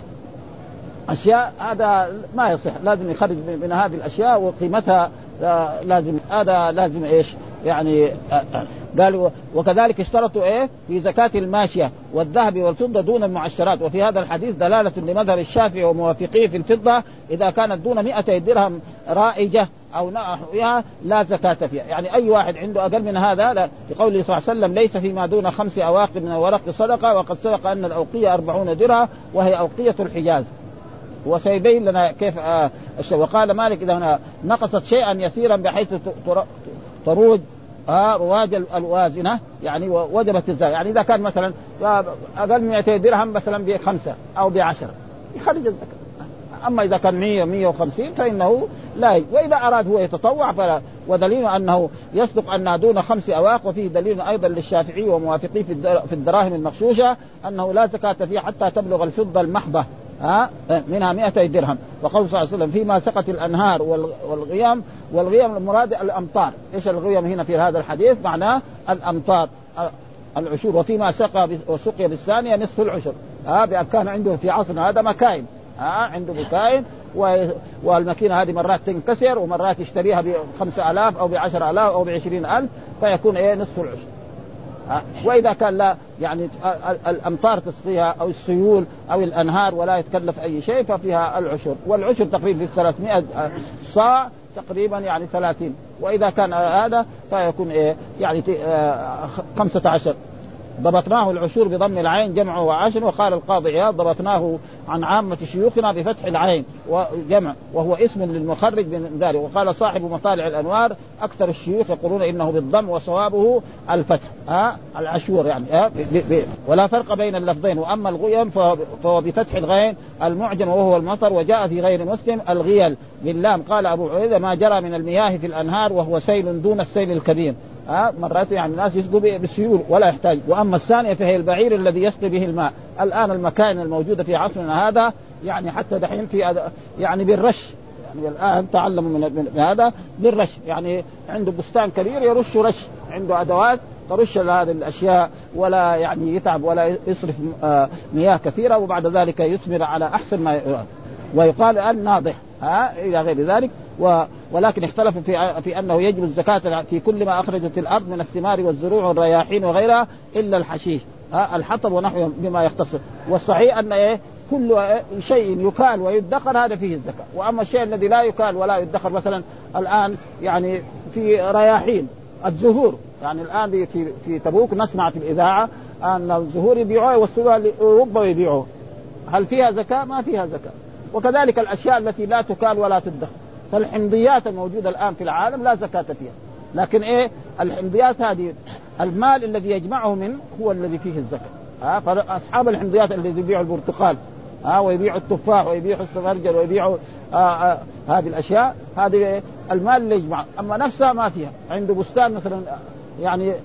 أشياء، هذا ما يصح، لازم يخرج من هذه الأشياء وقيمتها آه لازم هذا لازم إيش يعني آه آه قالوا. وكذلك اشترطوا ايه في زكاة الماشية والذهب والفضة دون المعشرات، وفي هذا الحديث دلالة لمذهب الشافعي وموافقيه في الفضة إذا كانت دون مئتي درهم رائجة أو نحوها لا زكاة فيها، يعني أي واحد عنده أقل من هذا لا، لقوله صلى الله عليه وسلم ليس فيما دون خمس أواق من الورق صدقة، وقد سبق أن الأوقية أربعون درهم وهي أوقية الحجاز، وسيبين لنا كيف آه وقال مالك إذا نقصت شيئا يسيرا بحيث تروج آه رواج الوازنة يعني وجبت الزكاة، يعني إذا كان مثلا أقل من مئتين درهم مثلا بخمسة أو بعشرة يخرج الزكاة، أما إذا كان مية مية وخمسين فإنه لا يجب. وإذا أراد هو يتطوع فلا، ودليل أنه يصدق أنها دون خمس أواق، وفيه دليل أيضا للشافعي وموافقيه في الدراهم المغشوشة أنه لا زكاة فيه حتى تبلغ الفضة المحبة ها منها مئتي درهم، وقال صلى الله عليه وسلم فيما سقت الأنهار والغيام، والغيام المراد الأمطار. إيش الغيام هنا في هذا الحديث؟ معناه الأمطار العشور، وفيما سقى وسقي بالثانية نصف العشر ها، بأن كان عنده في عصرنا هذا مكاين ها عنده مكاين، والماكينة هذه مرات تنكسر ومرات يشتريها بخمسة آلاف أو بعشر آلاف أو بعشرين ألف فيكون إيه نصف العشر. وإذا كان لا يعني الأمطار تسقيها أو السيول أو الأنهار ولا يتكلف أي شيء ففيها العشر، والعشر تقريبا في ثلاثمائة صاع تقريبا يعني ثلاثين، وإذا كان هذا فيكون إيه يعني خمسة عشر. ضبطناه العشور بضم العين جمعه وعشر، وقال القاضي عياض ضبطناه عن عامة شيوخنا بفتح العين وجمع، وهو اسم للمخرج من ذلك. وقال صاحب مطالع الأنوار أكثر الشيوخ يقولون إنه بالضم وصوابه الفتح ها العشور يعني ها ولا فرق بين اللفظين. وأما الغيم فهو بفتح الغين المعجم وهو المطر، وجاء في غير مسلم الغيل باللام. قال أبو عبيدة ما جرى من المياه في الأنهار وهو سيل دون السيل الكبير ها مرات يعني الناس يسقوا بالسيول ولا يحتاج. وأما الثانية فهي البعير الذي يسقي به الماء. الآن المكائن الموجودة في عصرنا هذا يعني حتى دحين في يعني بالرش، يعني الآن تعلموا من هذا بالرش، يعني عنده بستان كبير يرش رش، عنده أدوات ترش هذه الأشياء ولا يعني يتعب ولا يصرف مياه كثيرة، وبعد ذلك يثمر على أحسن ما يراد. ويقال الآن ناضح ها إلى غير ذلك. و ولكن اختلفوا في في أنه يجب الزكاة في كل ما أخرجت الأرض من الثمار والزروع والرياحين وغيرها إلا الحشيش ها الحطب ونحوه بما يختصر. والصحيح أن إيه كل شيء يكال ويدخر هذا فيه الزكاة. وأما الشيء الذي لا يكال ولا يدخر مثلا الآن يعني في رياحين الزهور، يعني الآن في في تبوك نسمع في الإذاعة أن الزهور يبيعوها ويوصلوها لأوروبا ويبيعوها، هل فيها زكاة؟ ما فيها زكاة. وكذلك الأشياء التي لا تكال ولا تدخر، فالحمضيات الموجودة الآن في العالم لا زكاة فيها. لكن إيه الحمضيات هذه المال الذي يجمعه منه هو الذي فيه الزكاة ها. فأصحاب الحمضيات الذي يبيعوا البرتقال ها ويبيعوا التفاح ويبيعوا السفرجل ويبيعوا آه آه هذه الأشياء، هذه المال اللي يجمع. أما نفسها ما فيها، عنده بستان مثلا يعني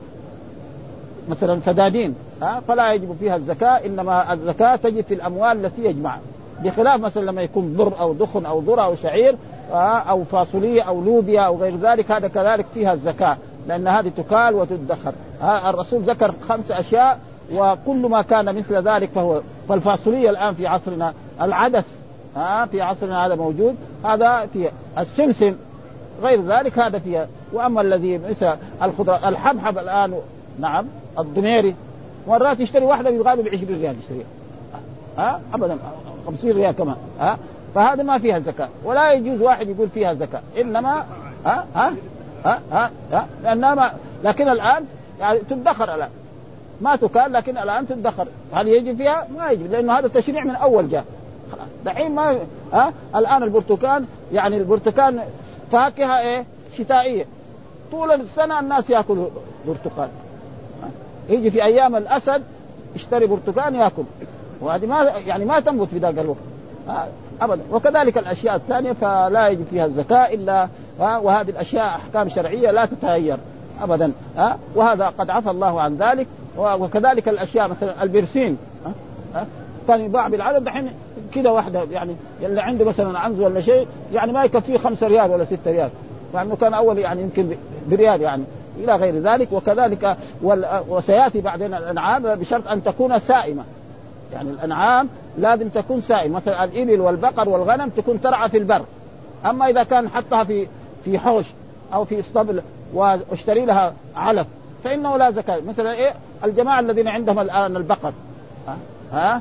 مثلا فدادين ها فلا يجب فيها الزكاة، إنما الزكاة تجب في الأموال التي يجمعها، بخلاف مثلا لما يكون ذر أو دخن أو ذرة أو شعير أو فاصولية أو لوبيا أو غير ذلك، هذا كذلك فيها الزكاة لأن هذه تكال وتدخر. الرسول ذكر خمس أشياء وكل ما كان مثل ذلك فهو. فالفاصولية الآن في عصرنا، العدس ها في عصرنا هذا موجود، هذا فيها السمسم غير ذلك هذا فيها. وأما الذي مثل الخضر الحبحب الآن نعم الضميري مرات يشتري واحدة يقابل بعشرين ريال يشتريها ها أبدا خمسين ريال كمان ها، فهذا ما فيها زكاة ولا يجوز واحد يقول فيها زكاة، إنما ها ها ها ها, ها؟ لأنها ما لكن الآن يعني تدخر الآن ما تكال، لكن الآن تدخر. هل يجب فيها؟ ما يجب، لأنه هذا تشريع من أول جاء. دحين ما ها الآن البرتقال يعني البرتقال فاكهة إيه شتائية، طول السنة الناس يأكلوا برتقال. يجي في أيام الأسد اشتري برتقال يأكل، وهذه ما يعني ما تنبت في ذاك الوقت أبدا. وكذلك الأشياء الثانية فلا يجب فيها الزكاة إلا، وهذه الأشياء أحكام شرعية لا تتغير أبدا، وهذا قد عفى الله عن ذلك. وكذلك الأشياء مثلا البرسيم كان يباع بالعدد، دحين كده واحدة يعني اللي عنده مثلا عنز ولا شيء يعني ما يكفيه خمسة ريال ولا ستة ريال، لأنه كان أول يعني يمكن بريال يعني إلى غير ذلك. وكذلك وسيأتي بعدين الأنعام بشرط أن تكون سائمة، يعني الأنعام لازم تكون سائمة، مثلا الإبل والبقر والغنم تكون ترعى في البر. أما إذا كان حطها في في حوش أو في اسطبل واشتري لها علف فإنه لا زكاة. مثلا إيه الجماعة الذين عندهم الآن البقر ها, ها؟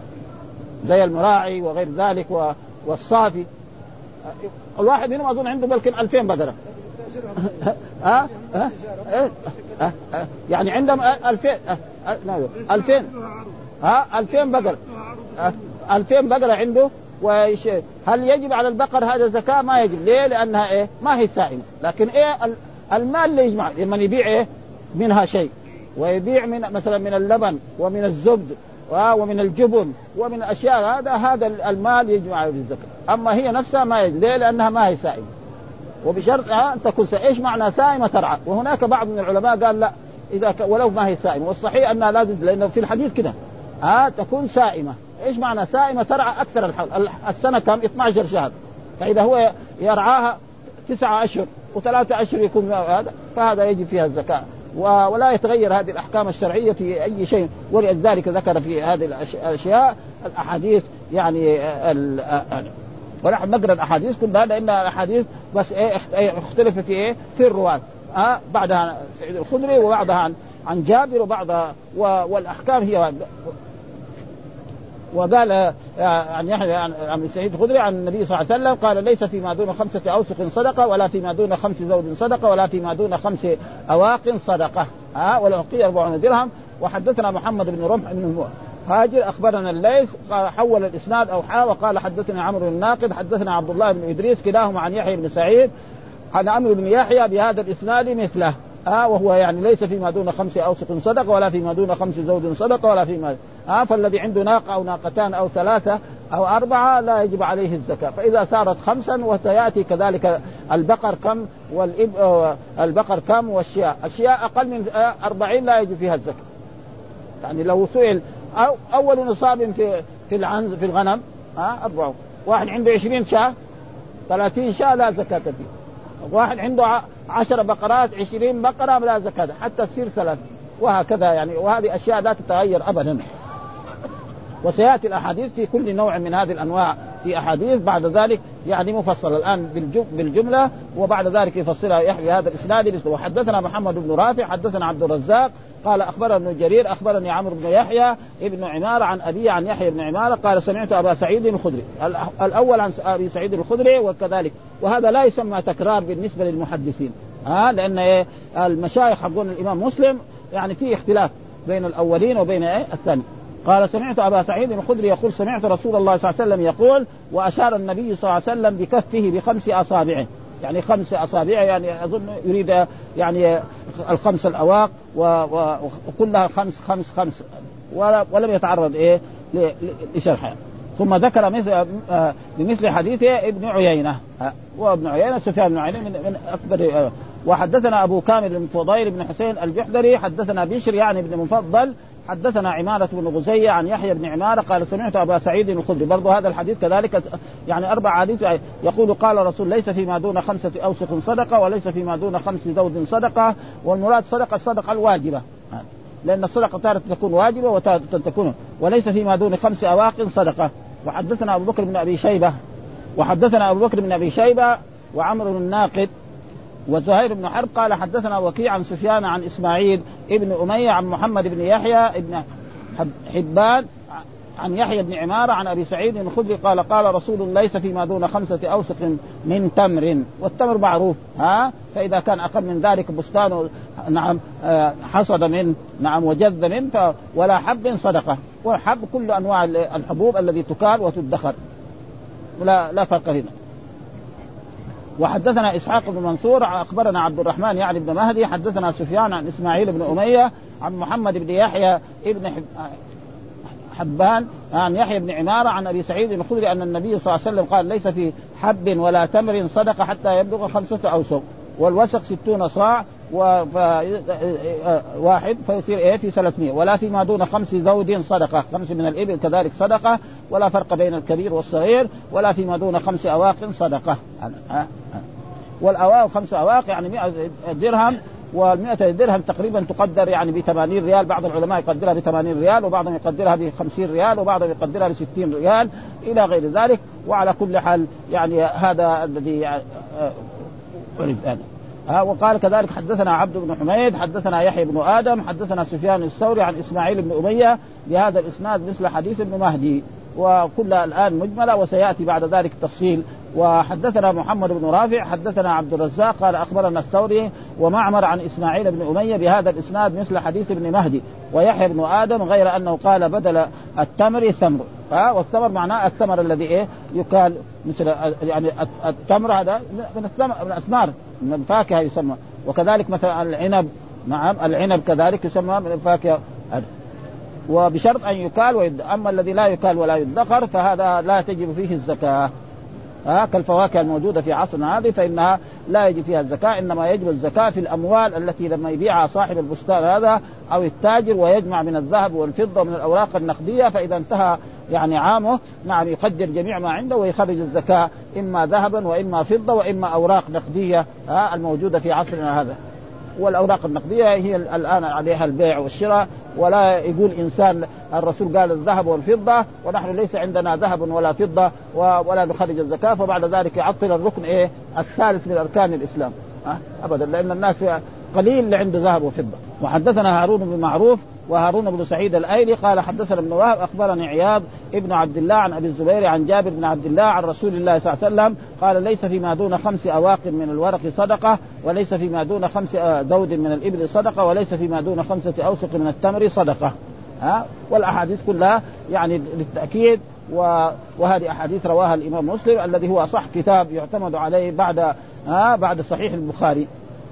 زي المراعي وغير ذلك والصافي، الواحد منهم أظن عنده بلكن ألفين بقرة ها ها ها يعني عندهم ألفين ألفين ها ألفين بقرة ألفين بقرة عنده. وش هل يجب على البقر هذا زكاة؟ ما يجب. ليه؟ لأنها إيه ما هي سائمة. لكن إيه المال اللي يجمع لمن يبيع إيه منها شيء، ويبيع من مثلا من اللبن ومن الزبد ومن الجبن ومن الأشياء، هذا هذا المال يجمع بالزكاة. أما هي نفسها ما يجب. ليه؟ لأنها ما هي سائمة، وبشرط أن تكون سائمة. إيش معنى سائمة ترعى؟ وهناك بعض من العلماء قال لا إذا ك... ولو ما هي سائمة، والصحيح أنها لازم، لأنه في الحديث كده ها تكون سائمة. إيش معنى سائمة ترعى أكثر الحول؟ السنة كم؟ اثنا عشر شهر، فإذا هو يرعاها تسعة أشهر وثلاثة أشهر يكون هذا، فهذا يجب فيها الزكاة. ولا يتغير هذه الأحكام الشرعية في أي شيء. ولذلك ذكر في هذه الأشياء الأحاديث يعني ال ونحن نقرأ الأحاديث كلها، لأن الأحاديث بس إيه اختلفت في إيه في الرواة. ها بعدها سعيد الخدري وبعدها عن عن جابر وبعضها، والأحكام هي. وقال عن يحيى عن سعيد الخدري عن النبي صلى الله عليه وسلم قال ليس فيما دون خمسة أوسق صدقة، ولا فيما دون خمس زوج صدقة، ولا فيما دون خمس أواق صدقة. ها والأوقية أربعون درهم. وحدثنا محمد بن رمح بن هاجر أخبرنا الليث قال حول الإسناد أو حا وقال حدثنا عمرو الناقد حدثنا عبد الله بن إدريس كلاهما عن يحيى بن سعيد عن عمرو بن يحيى بهذا الإسناد مثله. آه وهو يعني ليس فيما دون خمس أوسق صدقة، ولا فيما دون خمس زوج صدقة، ولا فيما آه فالذي عنده ناقة أو ناقتان أو ثلاثة أو أربعة لا يجب عليه الزكاة. فإذا صارت خمسا وسيأتي كذلك البقر كم والإب آه البقر كم والشياء أشياء أقل من آه أربعين لا يجب فيها الزكاة. يعني لو سئل أو أول نصاب في في العنز في الغنم آه أربعة، واحد عنده عشرين شاة ثلاثين شاة لا زكاة فيه، واحد عنده عشر بقرات عشرين بقرة لا زكاة حتى تصير ثلاث، وهكذا يعني. وهذه أشياء لا تتغير أبدا. وسيأتي الأحاديث في كل نوع من هذه الأنواع في أحاديث بعد ذلك يعني مفصل الآن بالجملة، وبعد ذلك يفصلها يحيى هذا الإسناد. وحدثنا محمد بن رافع حدثنا عبد الرزاق قال أخبرنا ابن جرير أخبرني عمرو بن يحيى ابن عمارة عن أبي عن يحيى بن عمارة قال سمعت أبا سعيد الخدري. الأول عن أبي سعيد الخدري وكذلك. وهذا لا يسمى تكرار بالنسبة للمحدثين ها، لأن المشايخ حقون الإمام مسلم يعني في اختلاف بين الأولين وبين الثاني. قال سمعت أبا سعيد الخدري يقول سمعت رسول الله صلى الله عليه وسلم يقول، وأشار النبي صلى الله عليه وسلم بكفه بخمس أصابعه، يعني خمس أصابع يعني أظن يريد يعني الخمس الأواق وكلها خمس خمس خمس ولم يتعرض إيه لشرحها. ثم ذكر مثل بمثل حديث ابن عيينة، وابن عيينة سفيان بن عيينة من أكبر. وحدثنا أبو كامل بن فضيل بن حسين الجحدري حدثنا بشر يعني ابن مفضل حدثنا عمارة بن غزية عن يحيى بن عمارة قال سمعت أبا سعيد الخدري. برضو هذا الحديث كذلك يعني أربع حديث يقول قال رسول ليس فيما دون خمسة أوسق صدقة، وليس فيما دون خمس زوج صدقة. والمراد صدقة الصدقة الواجبة، لأن الصدقة تارة تكون واجبة وتارة تكون، وليس فيما دون خمس أواق صدقة. وحدثنا أبو بكر بن أبي شيبة وحدثنا أبو بكر بن أبي شيبة وعمر الناقد وزهير بن حرب قال حدثنا وكيع عن سفيان عن إسماعيل ابن أمية عن محمد بن يحيى ابن حبان عن يحيى بن عمارة عن أبي سعيد الخدري قال قال رسول الله ليس فيما دون خمسة أوسق من تمر، والتمر معروف ها، فإذا كان أقل من ذلك بستان نعم حصد من نعم وجذ من ولا حب صدقة، والحب كل أنواع الحبوب الذي تكال وتدخر ولا لا فرق هنا. وحدثنا إسحاق بن منصور أخبرنا عبد الرحمن يعني بن مهدي حدثنا سفيان عن إسماعيل بن أمية عن محمد بن يحيى ابن حبان عن يحيى بن عمارة عن أبي سعيد الخدري أن النبي صلى الله عليه وسلم قال ليس في حب ولا تمر صدقة حتى يبلغ خمسة أوسق، والوسق ستون صاع واحد فيصير إيه في ثلاثمائة، ولا فيما دون خمس ذود صدقة، خمس من الإبل كذلك صدقة، ولا فرق بين الكبير والصغير، ولا فيما دون خمس أواق صدقة. والأواق خمس أواق يعني مئة درهم، والمئة درهم تقريبا تقدر يعني بثمانين ريال، بعض العلماء يقدرها بثمانين ريال، وبعضهم يقدرها بخمسين ريال، وبعضهم يقدرها بستين ريال إلى غير ذلك. وعلى كل حال يعني هذا الذي عرف. ها وقال كذلك حدثنا عبد بن حميد حدثنا يحيى بن آدم حدثنا سفيان الثوري عن إسماعيل بن أمية بهذا الإسناد مثل حديث ابن مهدي، وكلها الآن مجملة وسيأتي بعد ذلك تفصيل. وحدثنا محمد بن رافع حدثنا عبد الرزاق قال أخبرنا الثوري ومعمر عن إسماعيل بن أمية بهذا الإسناد مثل حديث ابن مهدي ويحيى بن آدم، غير أنه قال بدل التمر ثمر. ها والثمر معناه الثمر الذي إيه يكال مثل يعني التمر هذا من الثمر من الأثمار من الفاكهة يسمى، وكذلك مثلا العنب، نعم العنب كذلك يسمى من الفاكهة، وبشرط أن يكال ويد. أما الذي لا يكال ولا يدخر فهذا لا تجب فيه الزكاة. ها كالفواكه الموجودة في عصرنا هذه فإنها لا يجب فيها الزكاة، إنما يجب الزكاة في الأموال التي لما يبيعها صاحب البستان هذا أو التاجر ويجمع من الذهب والفضة ومن الأوراق النقدية، فإذا انتهى يعني عامه نعم يقدر جميع ما عنده ويخرج الزكاة إما ذهبا وإما فضة وإما أوراق نقدية ها الموجودة في عصرنا هذا. والأوراق النقدية هي الآن عليها البيع والشراء، ولا يقول إنسان الرسول قال الذهب والفضة ونحن ليس عندنا ذهب ولا فضة ولا نخرج الزكاة، فبعد ذلك يعطل الركن إيه الثالث من أركان الإسلام أه؟ أبدا، لأن الناس قليل اللي عنده ذهب وفضة. وحدثنا هارون بن معروف وهارون بن سعيد الأيلي قال حدثنا ابن وهب أخبرني عياض ابن عبد الله عن أبي الزبير عن جابر بن عبد الله عن رسول الله صلى الله عليه وسلم قال ليس فيما دون خمس أواق من الورق صدقة، وليس فيما دون خمس ذود من الإبل صدقة، وليس فيما دون خمسة أوسق من التمر صدقة. ها والأحاديث كلها يعني للتأكيد، وهذه أحاديث رواها الإمام مسلم الذي هو صح كتاب يعتمد عليه بعد ها بعد صحيح البخاري،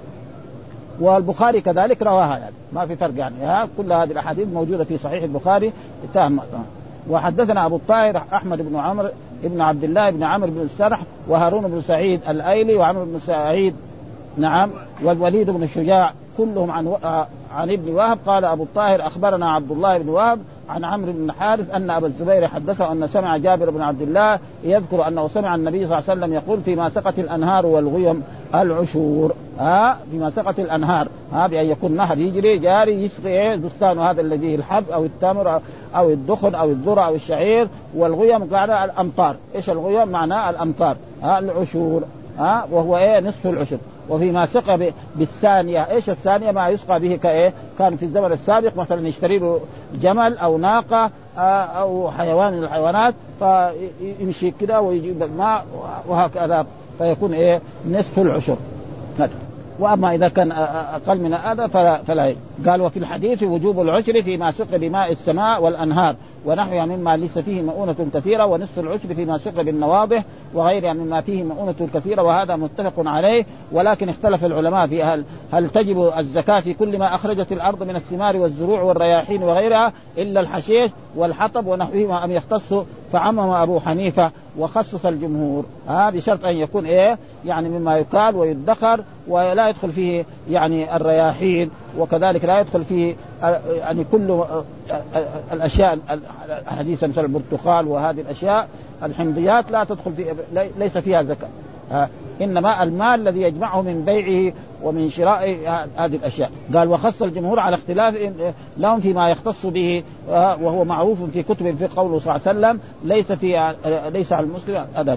والبخاري كذلك رواها يعني ما في فرق يعني ها كل هذه الأحاديث موجودة في صحيح البخاري تام. وحدثنا أبو الطاهر أحمد بن عمرو ابن عبد الله بن عمرو بن السرح وهارون بن سعيد الأيلي وعمرو بن سعيد نعم والوليد بن الشجاع كلهم عن عن ابن وهب. قال أبو الطاهر أخبرنا عبد الله بن وهب عن عمرو بن حارث أن أبا الزبير حدثه أن سمع جابر بن عبد الله يذكر أنه سمع النبي صلى الله عليه وسلم يقول فيما سقت الأنهار والغيم العشور. ها فيما سقت الأنهار ها بأن يكون نهر يجري جاري يسقي البستان هذا الذي الحب أو التمر أو الدخن أو الذرة أو الشعير، والغيم معناه الأمطار. إيش الغيم؟ معناه الأمطار. ها العشور ها وهو إيه نصف العشر. وفيما سقى بالثانية، إيش الثانية؟ ما يسقى به كإيه كان في الزمن السابق مثلا يشتري له جمل أو ناقة أو حيوان من الحيوانات فيمشي كده ويجيب الماء وهكذا فيكون إيه نصف العشر. وأما إذا كان أقل من هذا فلا, فلا قال وفي الحديث وجوب العشر فيما سقى بماء السماء والأنهار ونحوها مما ليس فيه مؤونة كثيرة، ونصف العشر فيما سقى بالنواضح وغيرها مما فيه مؤونة كثيرة، وهذا متفق عليه. ولكن اختلف العلماء في هل, هل تجب الزكاة في كل ما أخرجت الأرض من الثمار والزروع والرياحين وغيرها إلا الحشيش والحطب ونحوهما أم يختص؟ فعمم أبو حنيفة وخصص الجمهور ها بشرط أن يكون إيه يعني مما يكال ويدخر ولا يدخل فيه يعني الرياحين، وكذلك لا يدخل فيه يعني كل الأشياء الحديثة مثل البرتقال وهذه الأشياء الحمضيات لا تدخل في ليس فيها زكاة. إنما المال الذي يجمعه من بيعه ومن شراء هذه الأشياء. قال وخص الجمهور على اختلاف لهم فيما يختص به وهو معروف في كتب في قوله صلى الله عليه وسلم ليس في ليس على المسلم أدب.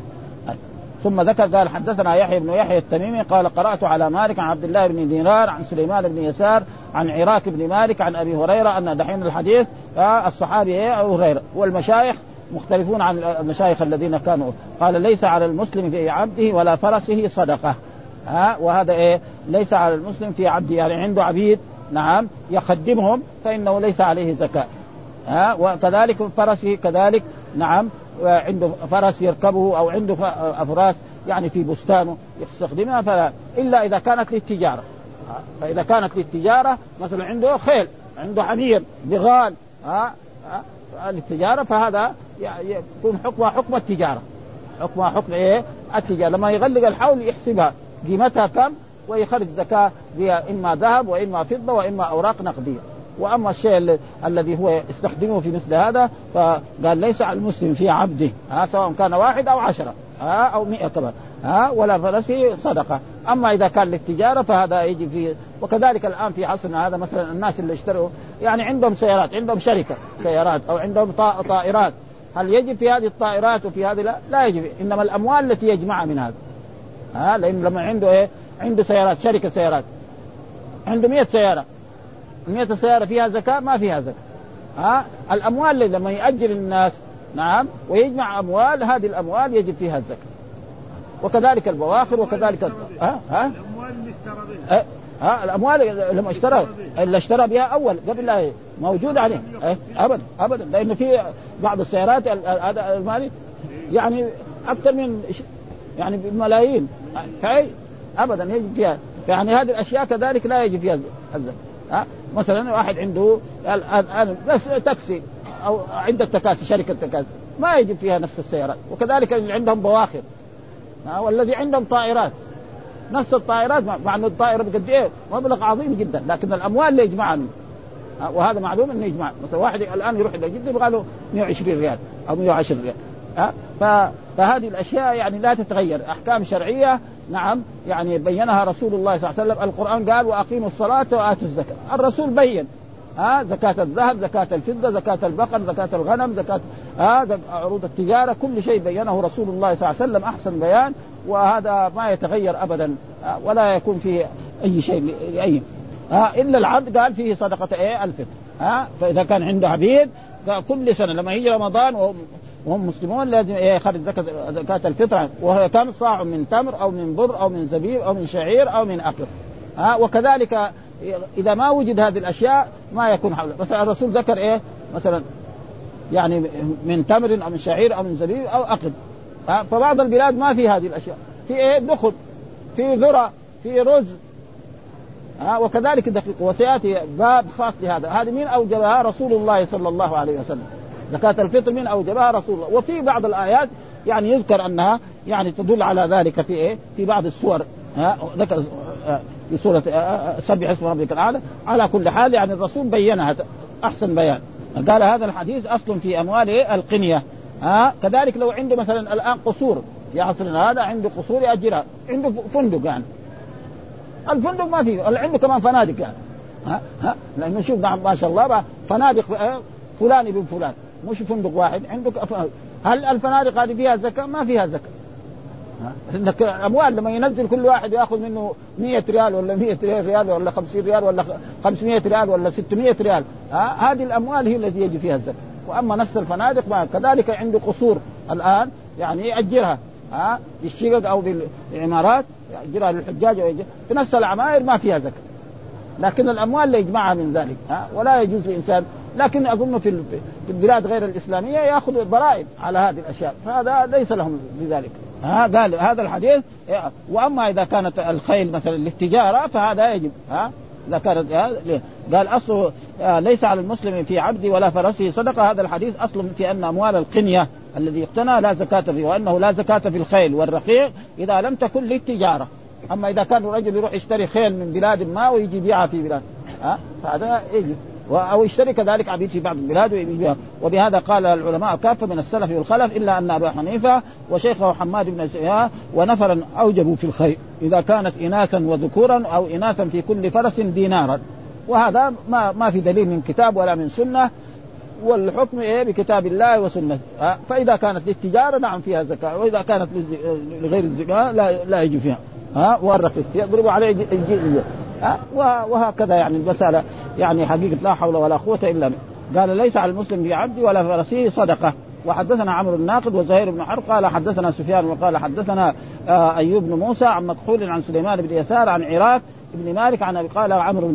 ثم ذكر قال حدثنا يحيى بن يحيى التميمي قال قرأت على مالك عن عبد الله بن دينار عن سليمان بن يسار عن عراك بن مالك عن أبي هريرة أن دحين الحديث الصحابي أبو هريرة، والمشايخ مختلفون عن المشايخ الذين كانوا. قال ليس على المسلم في عبده ولا فرسه صدقة. ها وهذا إيه ليس على المسلم في عبده، يعني عنده عبيد نعم يخدمهم فإنه ليس عليه زكاة. ها وكذلك فرسه كذلك نعم عنده فرس يركبه أو عنده أفراس يعني في بستانه يستخدمها، فلا إلا إذا كانت للتجارة. فإذا كانت للتجارة مثلا عنده خيل عنده حمير بغال ها للتجارة، فهذا يكون حكمها حكم التجارة، حكمها حكم إيه التجارة. لما يغلق الحول يحسبها قيمتها كم ويخرج زكاة بها، إما ذهب وإما فضة وإما أوراق نقدية. وأما الشيء الذي هو يستخدمه في مثل هذا فقال ليس على المسلم في عبده ها سواء كان واحد أو عشرة ها أو مئة كمان ها ولا فرسه صدقة. أما إذا كان للتجارة فهذا يجي فيه. وكذلك الآن في عصرنا هذا مثلا الناس اللي اشتروا يعني عندهم سيارات، عندهم شركة سيارات أو عندهم طائرات، هل يجب في هذه الطائرات وفي هذه لا, لا يجب، إنما الأموال التي يجمعها من هذا ها. لأن لما عنده إيه عنده سيارات شركة سيارات عنده مئة سيارة، مئة سيارة فيها زكاة ما فيها زكاة ها. الأموال اللي لما يأجر الناس نعم ويجمع أموال هذه الأموال يجب فيها الزكاة. وكذلك البواخر وكذلك ها ها الأموال اللي اشترى بها ها الأموال لما اشترى اللي اشترى بها أول قبل لا موجود عليه أبدا أبدا. لأن في بعض السيارات هذا المالي يعني أكثر من يعني بملايين فأي أبدا يجب فيها. يعني هذه الأشياء كذلك لا يجب فيها الزكاة ها. مثلا واحد عنده تاكسي أو عنده تكاسي شركة تكاسي ما يجب فيها نفس السيارات. وكذلك اللي عندهم بواخر والذي عندهم طائرات نفس الطائرات، مع أن الطائرة بقد إيه مبلغ عظيم جدا لكن الأموال اللي يجمعها وهذا معلوم إنه يجمع. مثلا واحد الآن يروح إلى جدة يبغى له مئة وعشرين ريال أو مئة وعشرة ريال ها. فهذه الأشياء يعني لا تتغير، أحكام شرعية نعم يعني بينها رسول الله صلى الله عليه وسلم. القرآن قال وأقيموا الصلاة وآتوا الزكاة، الرسول بين ها زكاة الذهب زكاة الفضة زكاة البقر زكاة الغنم زكاة هذا عروض التجارة، كل شيء بينه رسول الله صلى الله عليه وسلم أحسن بيان، وهذا ما يتغير أبدا ولا يكون فيه أي شيء لأي ها. إلا العبد قال فيه صدقة إيه الفطر ها. فإذا كان عنده عبيد كل سنة لما يجي رمضان وهم وهم مسلمون لازم يخرج زكاة زكاة الفطر، وهي كان صاع من تمر أو من بر أو من زبيب أو من شعير أو من أقر ها. وكذلك إذا ما وجد هذه الأشياء ما يكون حوله. مثلا الرسول ذكر إيه مثلا يعني من تمر أو من شعير أو من زبيب أو أقر ها. فبعض البلاد ما في هذه الأشياء، في إيه دخل في ذرة في رز ها. وكذلك دقيق وسيأتي باب خاص لهذا. هذه من أوجبها رسول الله صلى الله عليه وسلم زكاة الفطر من أوجبها رسول الله. وفي بعض الآيات يعني يذكر أنها يعني تدل على ذلك في إيه في بعض السور ها. ذكر في سورة سبح اسم ربك الأعلى. على كل حال يعني الرسول بينها أحسن بيان. قال هذا الحديث أصل في أموال القنية ها. كذلك لو عنده مثلا الآن قصور في عصرنا هذا عنده قصور يأجرها، عنده فندق يعني الفندق ما فيه، عنده كمان فنادق يعني ها ها. لأنه شوف ما شاء الله فنادق فلان ابن فلان مش فندق واحد عندك. هل الفنادق هذه فيها زكاة؟ ما فيها زكاة. لأنك أموال لما ينزل كل واحد يأخذ منه مئة ريال ولا مئة ريال ولا خمسين ريال ولا خمسمائة ريال ولا ستمائة ريال ها. هذه الأموال هي التي يجي فيها الزكاة. وأما نفس الفنادق ما. كذلك عنده قصور الآن يعني يأجرها ها بالشقق أو بالعمارات يأجرها للحجاج ويجي. في نفس العمائر ما فيها زكاة، لكن الأموال اللي يجمعها من ذلك ها. ولا يجوز لإنسان، لكن أظن في البلاد غير الإسلامية يأخذ ضرائب على هذه الأشياء، فهذا ليس لهم بذلك ها. قال هذا الحديث. وأما إذا كانت الخيل مثلا للتجارة فهذا يجب ها. إذا كانت قال أصل ليس على المسلم في عبد ولا فرسه صدقة. هذا الحديث أصل في أن أموال القنية الذي يقتنى لا زكاة فيه، وأنه لا زكاة في الخيل والرقيق إذا لم تكن للتجارة. أما إذا كان الرجل يروح يشتري خيل من بلاد ما ويجي يبيعها في بلاد ها فهذا يجب. أو يشتري كذلك عبيد في بعض البلاد ويبيعها. وبهذا قال العلماء كافة من السلف والخلف إلا أن أبا حنيفة وشيخه حماد بن سيها ونفرا أوجبوا في الخيل إذا كانت إناثا وذكورا أو إناثا في كل فرس دينارا. وهذا ما ما في دليل من كتاب ولا من سنة، والحكم إيه بكتاب الله وسنة. فإذا كانت للتجارة نعم فيها زكاة، وإذا كانت لغير الزكاة لا لا يجي فيها ها. والرقيق يضرب عليه الجزية وهكذا يعني المسألة يعني حقيقة لا حول ولا قوة إلا بالله. قال ليس على المسلم في عبد ولا فرسه صدقة. وحدثنا عمرو الناقد وزهير بن حرب قال حدثنا سفيان وقال حدثنا أيوب بن موسى عن مكحول عن سليمان بن يسار عن عراك بن مالك عن أبي قال عمرو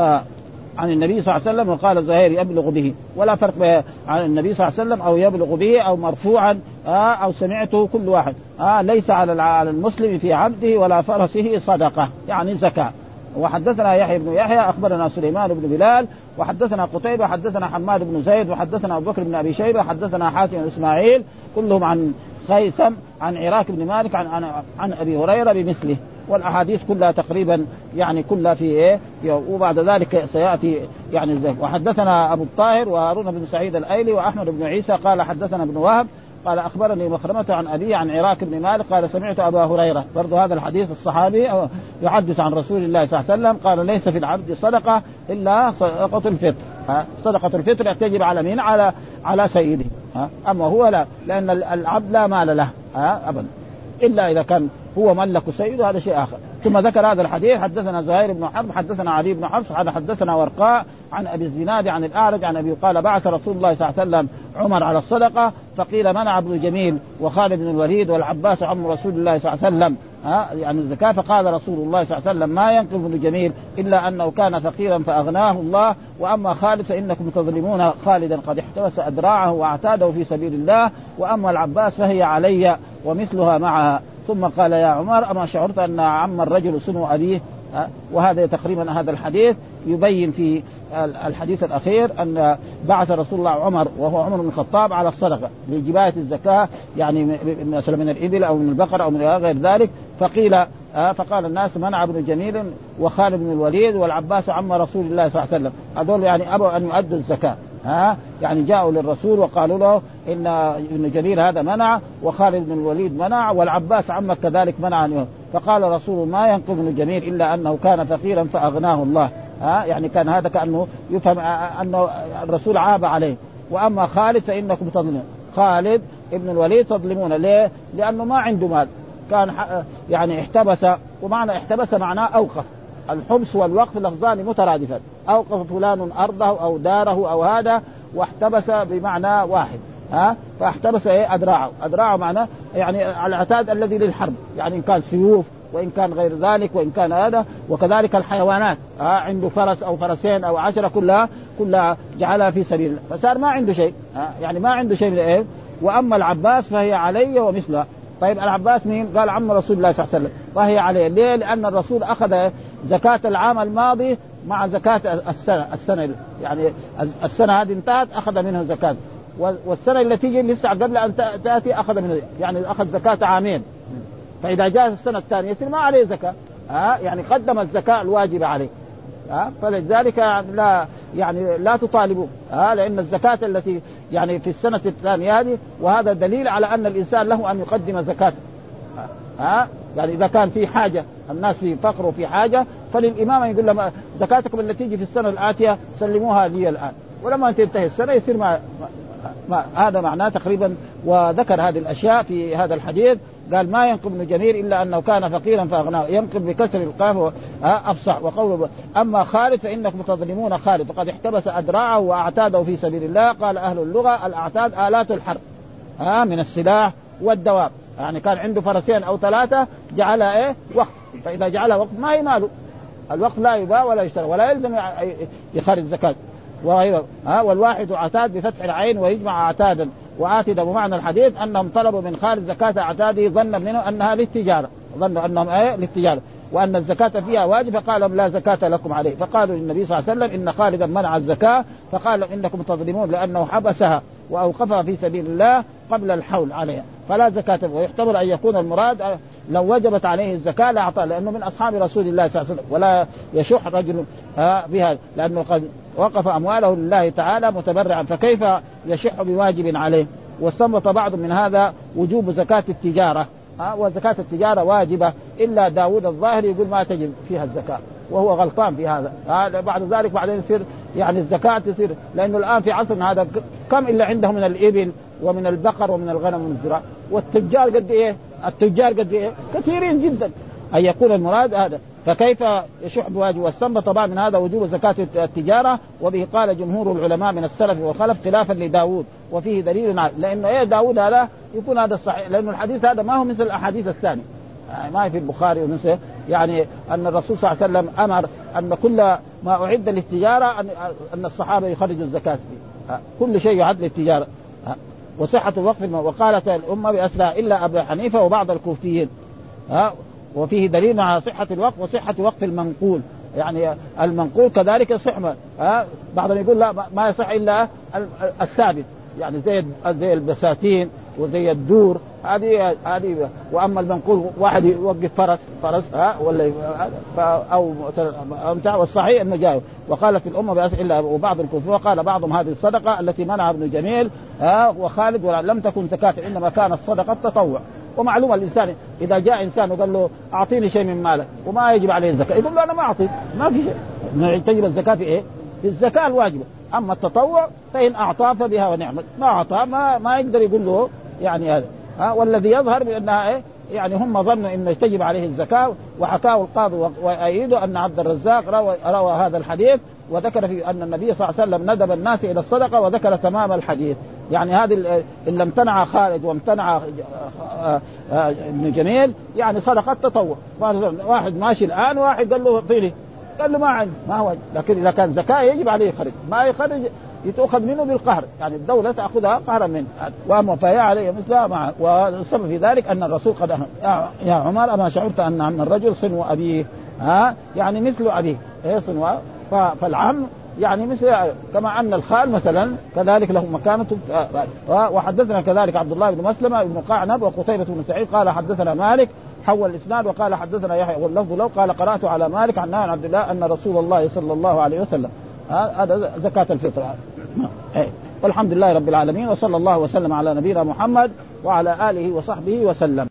عن النبي صلى الله عليه وسلم وقال زهير يبلغ به. ولا فرق بين عن النبي صلى الله عليه وسلم أو يبلغ به أو مرفوعا أو سمعته كل واحد. ليس على المسلم في عبده ولا فرسه صدقة يعني زكاة. وحدثنا يحيى بن يحيى أخبرنا سليمان بن بلال وحدثنا قتيبة حدثنا حماد بن زيد وحدثنا أبو بكر بن أبي شيبة حدثنا حاتم بن إسماعيل كلهم عن خيثم عن عراك بن مالك عن, عن, عن أبي هريرة بمثله. والأحاديث كلها تقريبا يعني كلها في إيه. وبعد ذلك سيأتي يعني ذلك. وحدثنا أبو الطاهر وهارون بن سعيد الأيلي وأحمد بن عيسى قال حدثنا ابن وهب قال أخبرني مخرمة عن أبي عن عراك بن مالك قال سمعت أبا هريرة برضو هذا الحديث الصحابي يحدث عن رسول الله صلى الله عليه وسلم قال ليس في العبد صدقة إلا صدقة الفطر. صدقة الفطر تجب على مين؟ على على سيده. أما هو لا، لأن العبد لا مال له أبدا إلا إذا كان هو ملك سيده هذا شيء آخر. ثم ذكر هذا الحديث حدثنا زهير بن حرب حدثنا علي بن حفص هذا حدثنا ورقاء عن أبي الزناد عن الأعرج عن أبي قال بعث رسول الله صلى الله عليه وسلم عمر على الصدقة فقيل منع ابن جميل وخالد بن الوليد والعباس عم رسول الله صلى الله عليه وسلم ها يعني الزكاة. فقال رسول الله صلى الله عليه وسلم ما ينقذ ابن جميل إلا أنه كان فقيرا فأغناه الله وأما خالد فإنكم تظلمون خالدا قد احتبس أدراعه واعتاده في سبيل الله وأما العباس فهي علي ومثلها معها. ثم قال يا عمر أما شعرت أن عم الرجل سنو أبيه؟ وهذا تقريبا هذا الحديث يبين في الحديث الأخير أن بعث رسول الله عمر وهو عمر بن الخطاب على الصدقة لجباية الزكاة يعني مثلا من الإبل أو من البقر أو من غير ذلك. فقيل فقال الناس منع ابن جميل وخالد بن الوليد والعباس عم رسول الله صلى الله عليه وسلم هذول يعني أبوا أن يؤدوا الزكاة ها يعني جاءوا للرسول وقالوا له إن ابن جرير هذا منع وخالد بن الوليد منع والعباس عمك كذلك منع. فقال رسول ما ينقذ ابن جرير إلا أنه كان فقيرا فأغناه الله ها يعني كان هذا كأنه يفهم أنه الرسول عاب عليه. وأما خالد فإنكم تظلمون خالد ابن الوليد تظلمون ليه؟ لأنه ما عنده مال كان يعني احتبس. ومعنى احتبس معناه أوقف. الحبس والوقف لفظان مترادفان أوقف فلان أرضه أو داره أو هذا واحتبس بمعنى واحد ها فاحتبس ايه أدراعه. أدراعه معناه يعني العتاد الذي للحرب يعني إن كان سيوف وإن كان غير ذلك وإن كان هذا. وكذلك الحيوانات ها عنده فرس أو فرسين أو عشرة كلها كلها جعلها في سبيل الله فصار ما عنده شيء ها يعني ما عنده شيء من ايه. وأما العباس فهي علي ومثلها. طيب العباس مين؟ قال عم رسول الله صلى الله عليه وسلم وهي عليه. ليه؟ لأن الرسول أخذ زكاة العام الماضي مع زكاة السنة السنة يعني السنة هذه انتهت أخذ منها زكاة والسنة التي تيجي لسه قبل أن تأتي أخذ منها يعني أخذ زكاة عامين. فإذا جاءت السنة الثانية يصير ما عليه زكاة ها يعني قدم الزكاة الواجبة عليه ها فلذلك لا يعني لا تطالبوا ها لأن الزكاة التي يعني في السنة الثانية هذه وهذا دليل على أن الإنسان له أن يقدم زكاة ها يعني إذا كان في حاجة الناس في فقر وفي حاجة فللإمام يقول لهم زكاتكم التي تيجي في السنة الآتية سلموها لي الآن ولما تنتهي السنة يصير ما, ما هذا معناه تقريبا. وذكر هذه الأشياء في هذا الحديث قال ما ينقب ابن جميل إلا أنه كان فقيرا فأغناه ينقب بكسر القاف أفصح. وقوله أما خالد فإنكم تظلمون خالد فقد احتبس أدراعه وأعتاده في سبيل الله. قال أهل اللغة الأعتاد آلات الحرب ها من السلاح والدواب يعني كان عنده فرسين أو ثلاثة جعلها إيه وقف. فإذا جعلها وقف ما هي ماله الوقف لا يباع ولا يشترى ولا يلزم يخرج زكاة. ها والواحد عتاد بفتح العين ويجمع عتادا وآتد بمعنى الحديث أنهم طلبوا من خالد زكاة عتاده ظن منه أنها للتجارة ظنوا أنهم إيه للتجارة وأن الزكاة فيها واجب فقال لا زكاة لكم عليه. فقالوا للنبي صلى الله عليه وسلم إن خالدا منع الزكاة فقال إنكم تظلمون لأنه حبسها وأوقفها في سبيل الله قبل الحول عليها فلا زكاة. ويحتمل أن يكون المراد لو وجبت عليه الزكاة لا أعطى لأنه من أصحاب رسول الله صلى الله عليه وسلم ولا يشح رجل بها لأنه قد وقف أمواله لله تعالى متبرعا فكيف يشح بواجب عليه. واستنبط بعض من هذا وجوب زكاة التجارة وزكاة التجارة واجبة إلا داود الظاهر يقول ما تجب فيها الزكاة وهو غلطان في هذا. بعد ذلك بعدين يصير يعني الزكاة تصير لأنه الآن في عصرنا هذا كم إلا عندهم من الإبل ومن البقر ومن الغنم ومن الزراعة والتجار قد إيه التجار قد إيه كثيرين جدا. أن يكون المراد هذا فكيف يشح بواجب؟ واستنبط طبعا من هذا وجوب زكاة التجارة، وبه قال جمهور العلماء من السلف والخلف خلافا لداود، وفيه دليل على لأنه إيه داود هذا يكون هذا الصحيح، لأن الحديث هذا ما هو مثل الأحاديث الثانية، يعني ما في البخاري ونسه، يعني أن الرسول صلى الله عليه وسلم أمر أن كل ما أعد للتجارة أن أن الصحابة يخرجوا الزكاة فيه، كل شيء يعد للتجارة. وصحة الوقف، وقالت الأمة بأسرها إلا أبا حنيفة وبعض الكوفيين، ها وفيه دليل على صحة الوقف وصحة وقف المنقول، يعني المنقول كذلك صحة، ها بعضهم يقول لا ما يصح إلا الثابت، يعني زي زي البساتين وزي الدور هذه هذه. واما المنقول واحد يوقف فرس فرس ها ولا او امتع، والصحيح انه جاء. وقالت الامه بأس الا وبعض الكفار، وقال بعضهم هذه الصدقه التي منع ابن جميل ها وخالد ولم تكن زكاه، انما كانت صدقه تطوع. ومعلومه الانسان اذا جاء انسان وقال له اعطيني شيء من مالك وما يجب عليه الزكاه، يقول له انا ما اعطيك، ما في شيء، تجب الزكاه في ايه؟ في الزكاه الواجبه. اما التطوع فان اعطى فبها ونعمت، ما اعطى ما ما يقدر يقول له يعني هذا. ها والذي يظهر بانها ايه يعني هم ظنوا ان تجب عليه الزكاه. وحكاه القاضي وايده ان عبد الرزاق روى, روى هذا الحديث، وذكر في ان النبي صلى الله عليه وسلم ندب الناس الى الصدقه، وذكر تمام الحديث. يعني هذه ان امتنع خالد وامتنع ابن جميل يعني صدقه تطوع. واحد ماشي الان واحد قال له اعطيني، قال له ما عندي ما هو، لكن اذا كان زكاه يجب عليه يخرج، ما يخرج يتأخذ منه بالقهر، يعني الدولة تأخذها قهرا منه، وما فهي عليه مثلها معه. والسبب في ذلك أن الرسول قد يا عمر أما شعرت أن عم الرجل صنو أبيه، ها يعني مثل أبيه إيه صنو، فالعم يعني مثل كما أن الخال مثلا كذلك له مكانة. وحدثنا كذلك عبد الله بن مسلمة بن قعنب وقتيبة بن سعيد قال حدثنا مالك حول الإسناد وقال حدثنا يحيى واللفظ له قال قرأت على مالك عن عبد الله أن رسول الله صلى الله عليه وسلم. هذا زكاة الفطر. والحمد لله رب العالمين، وصلى الله وسلم على نبينا محمد وعلى آله وصحبه وسلم.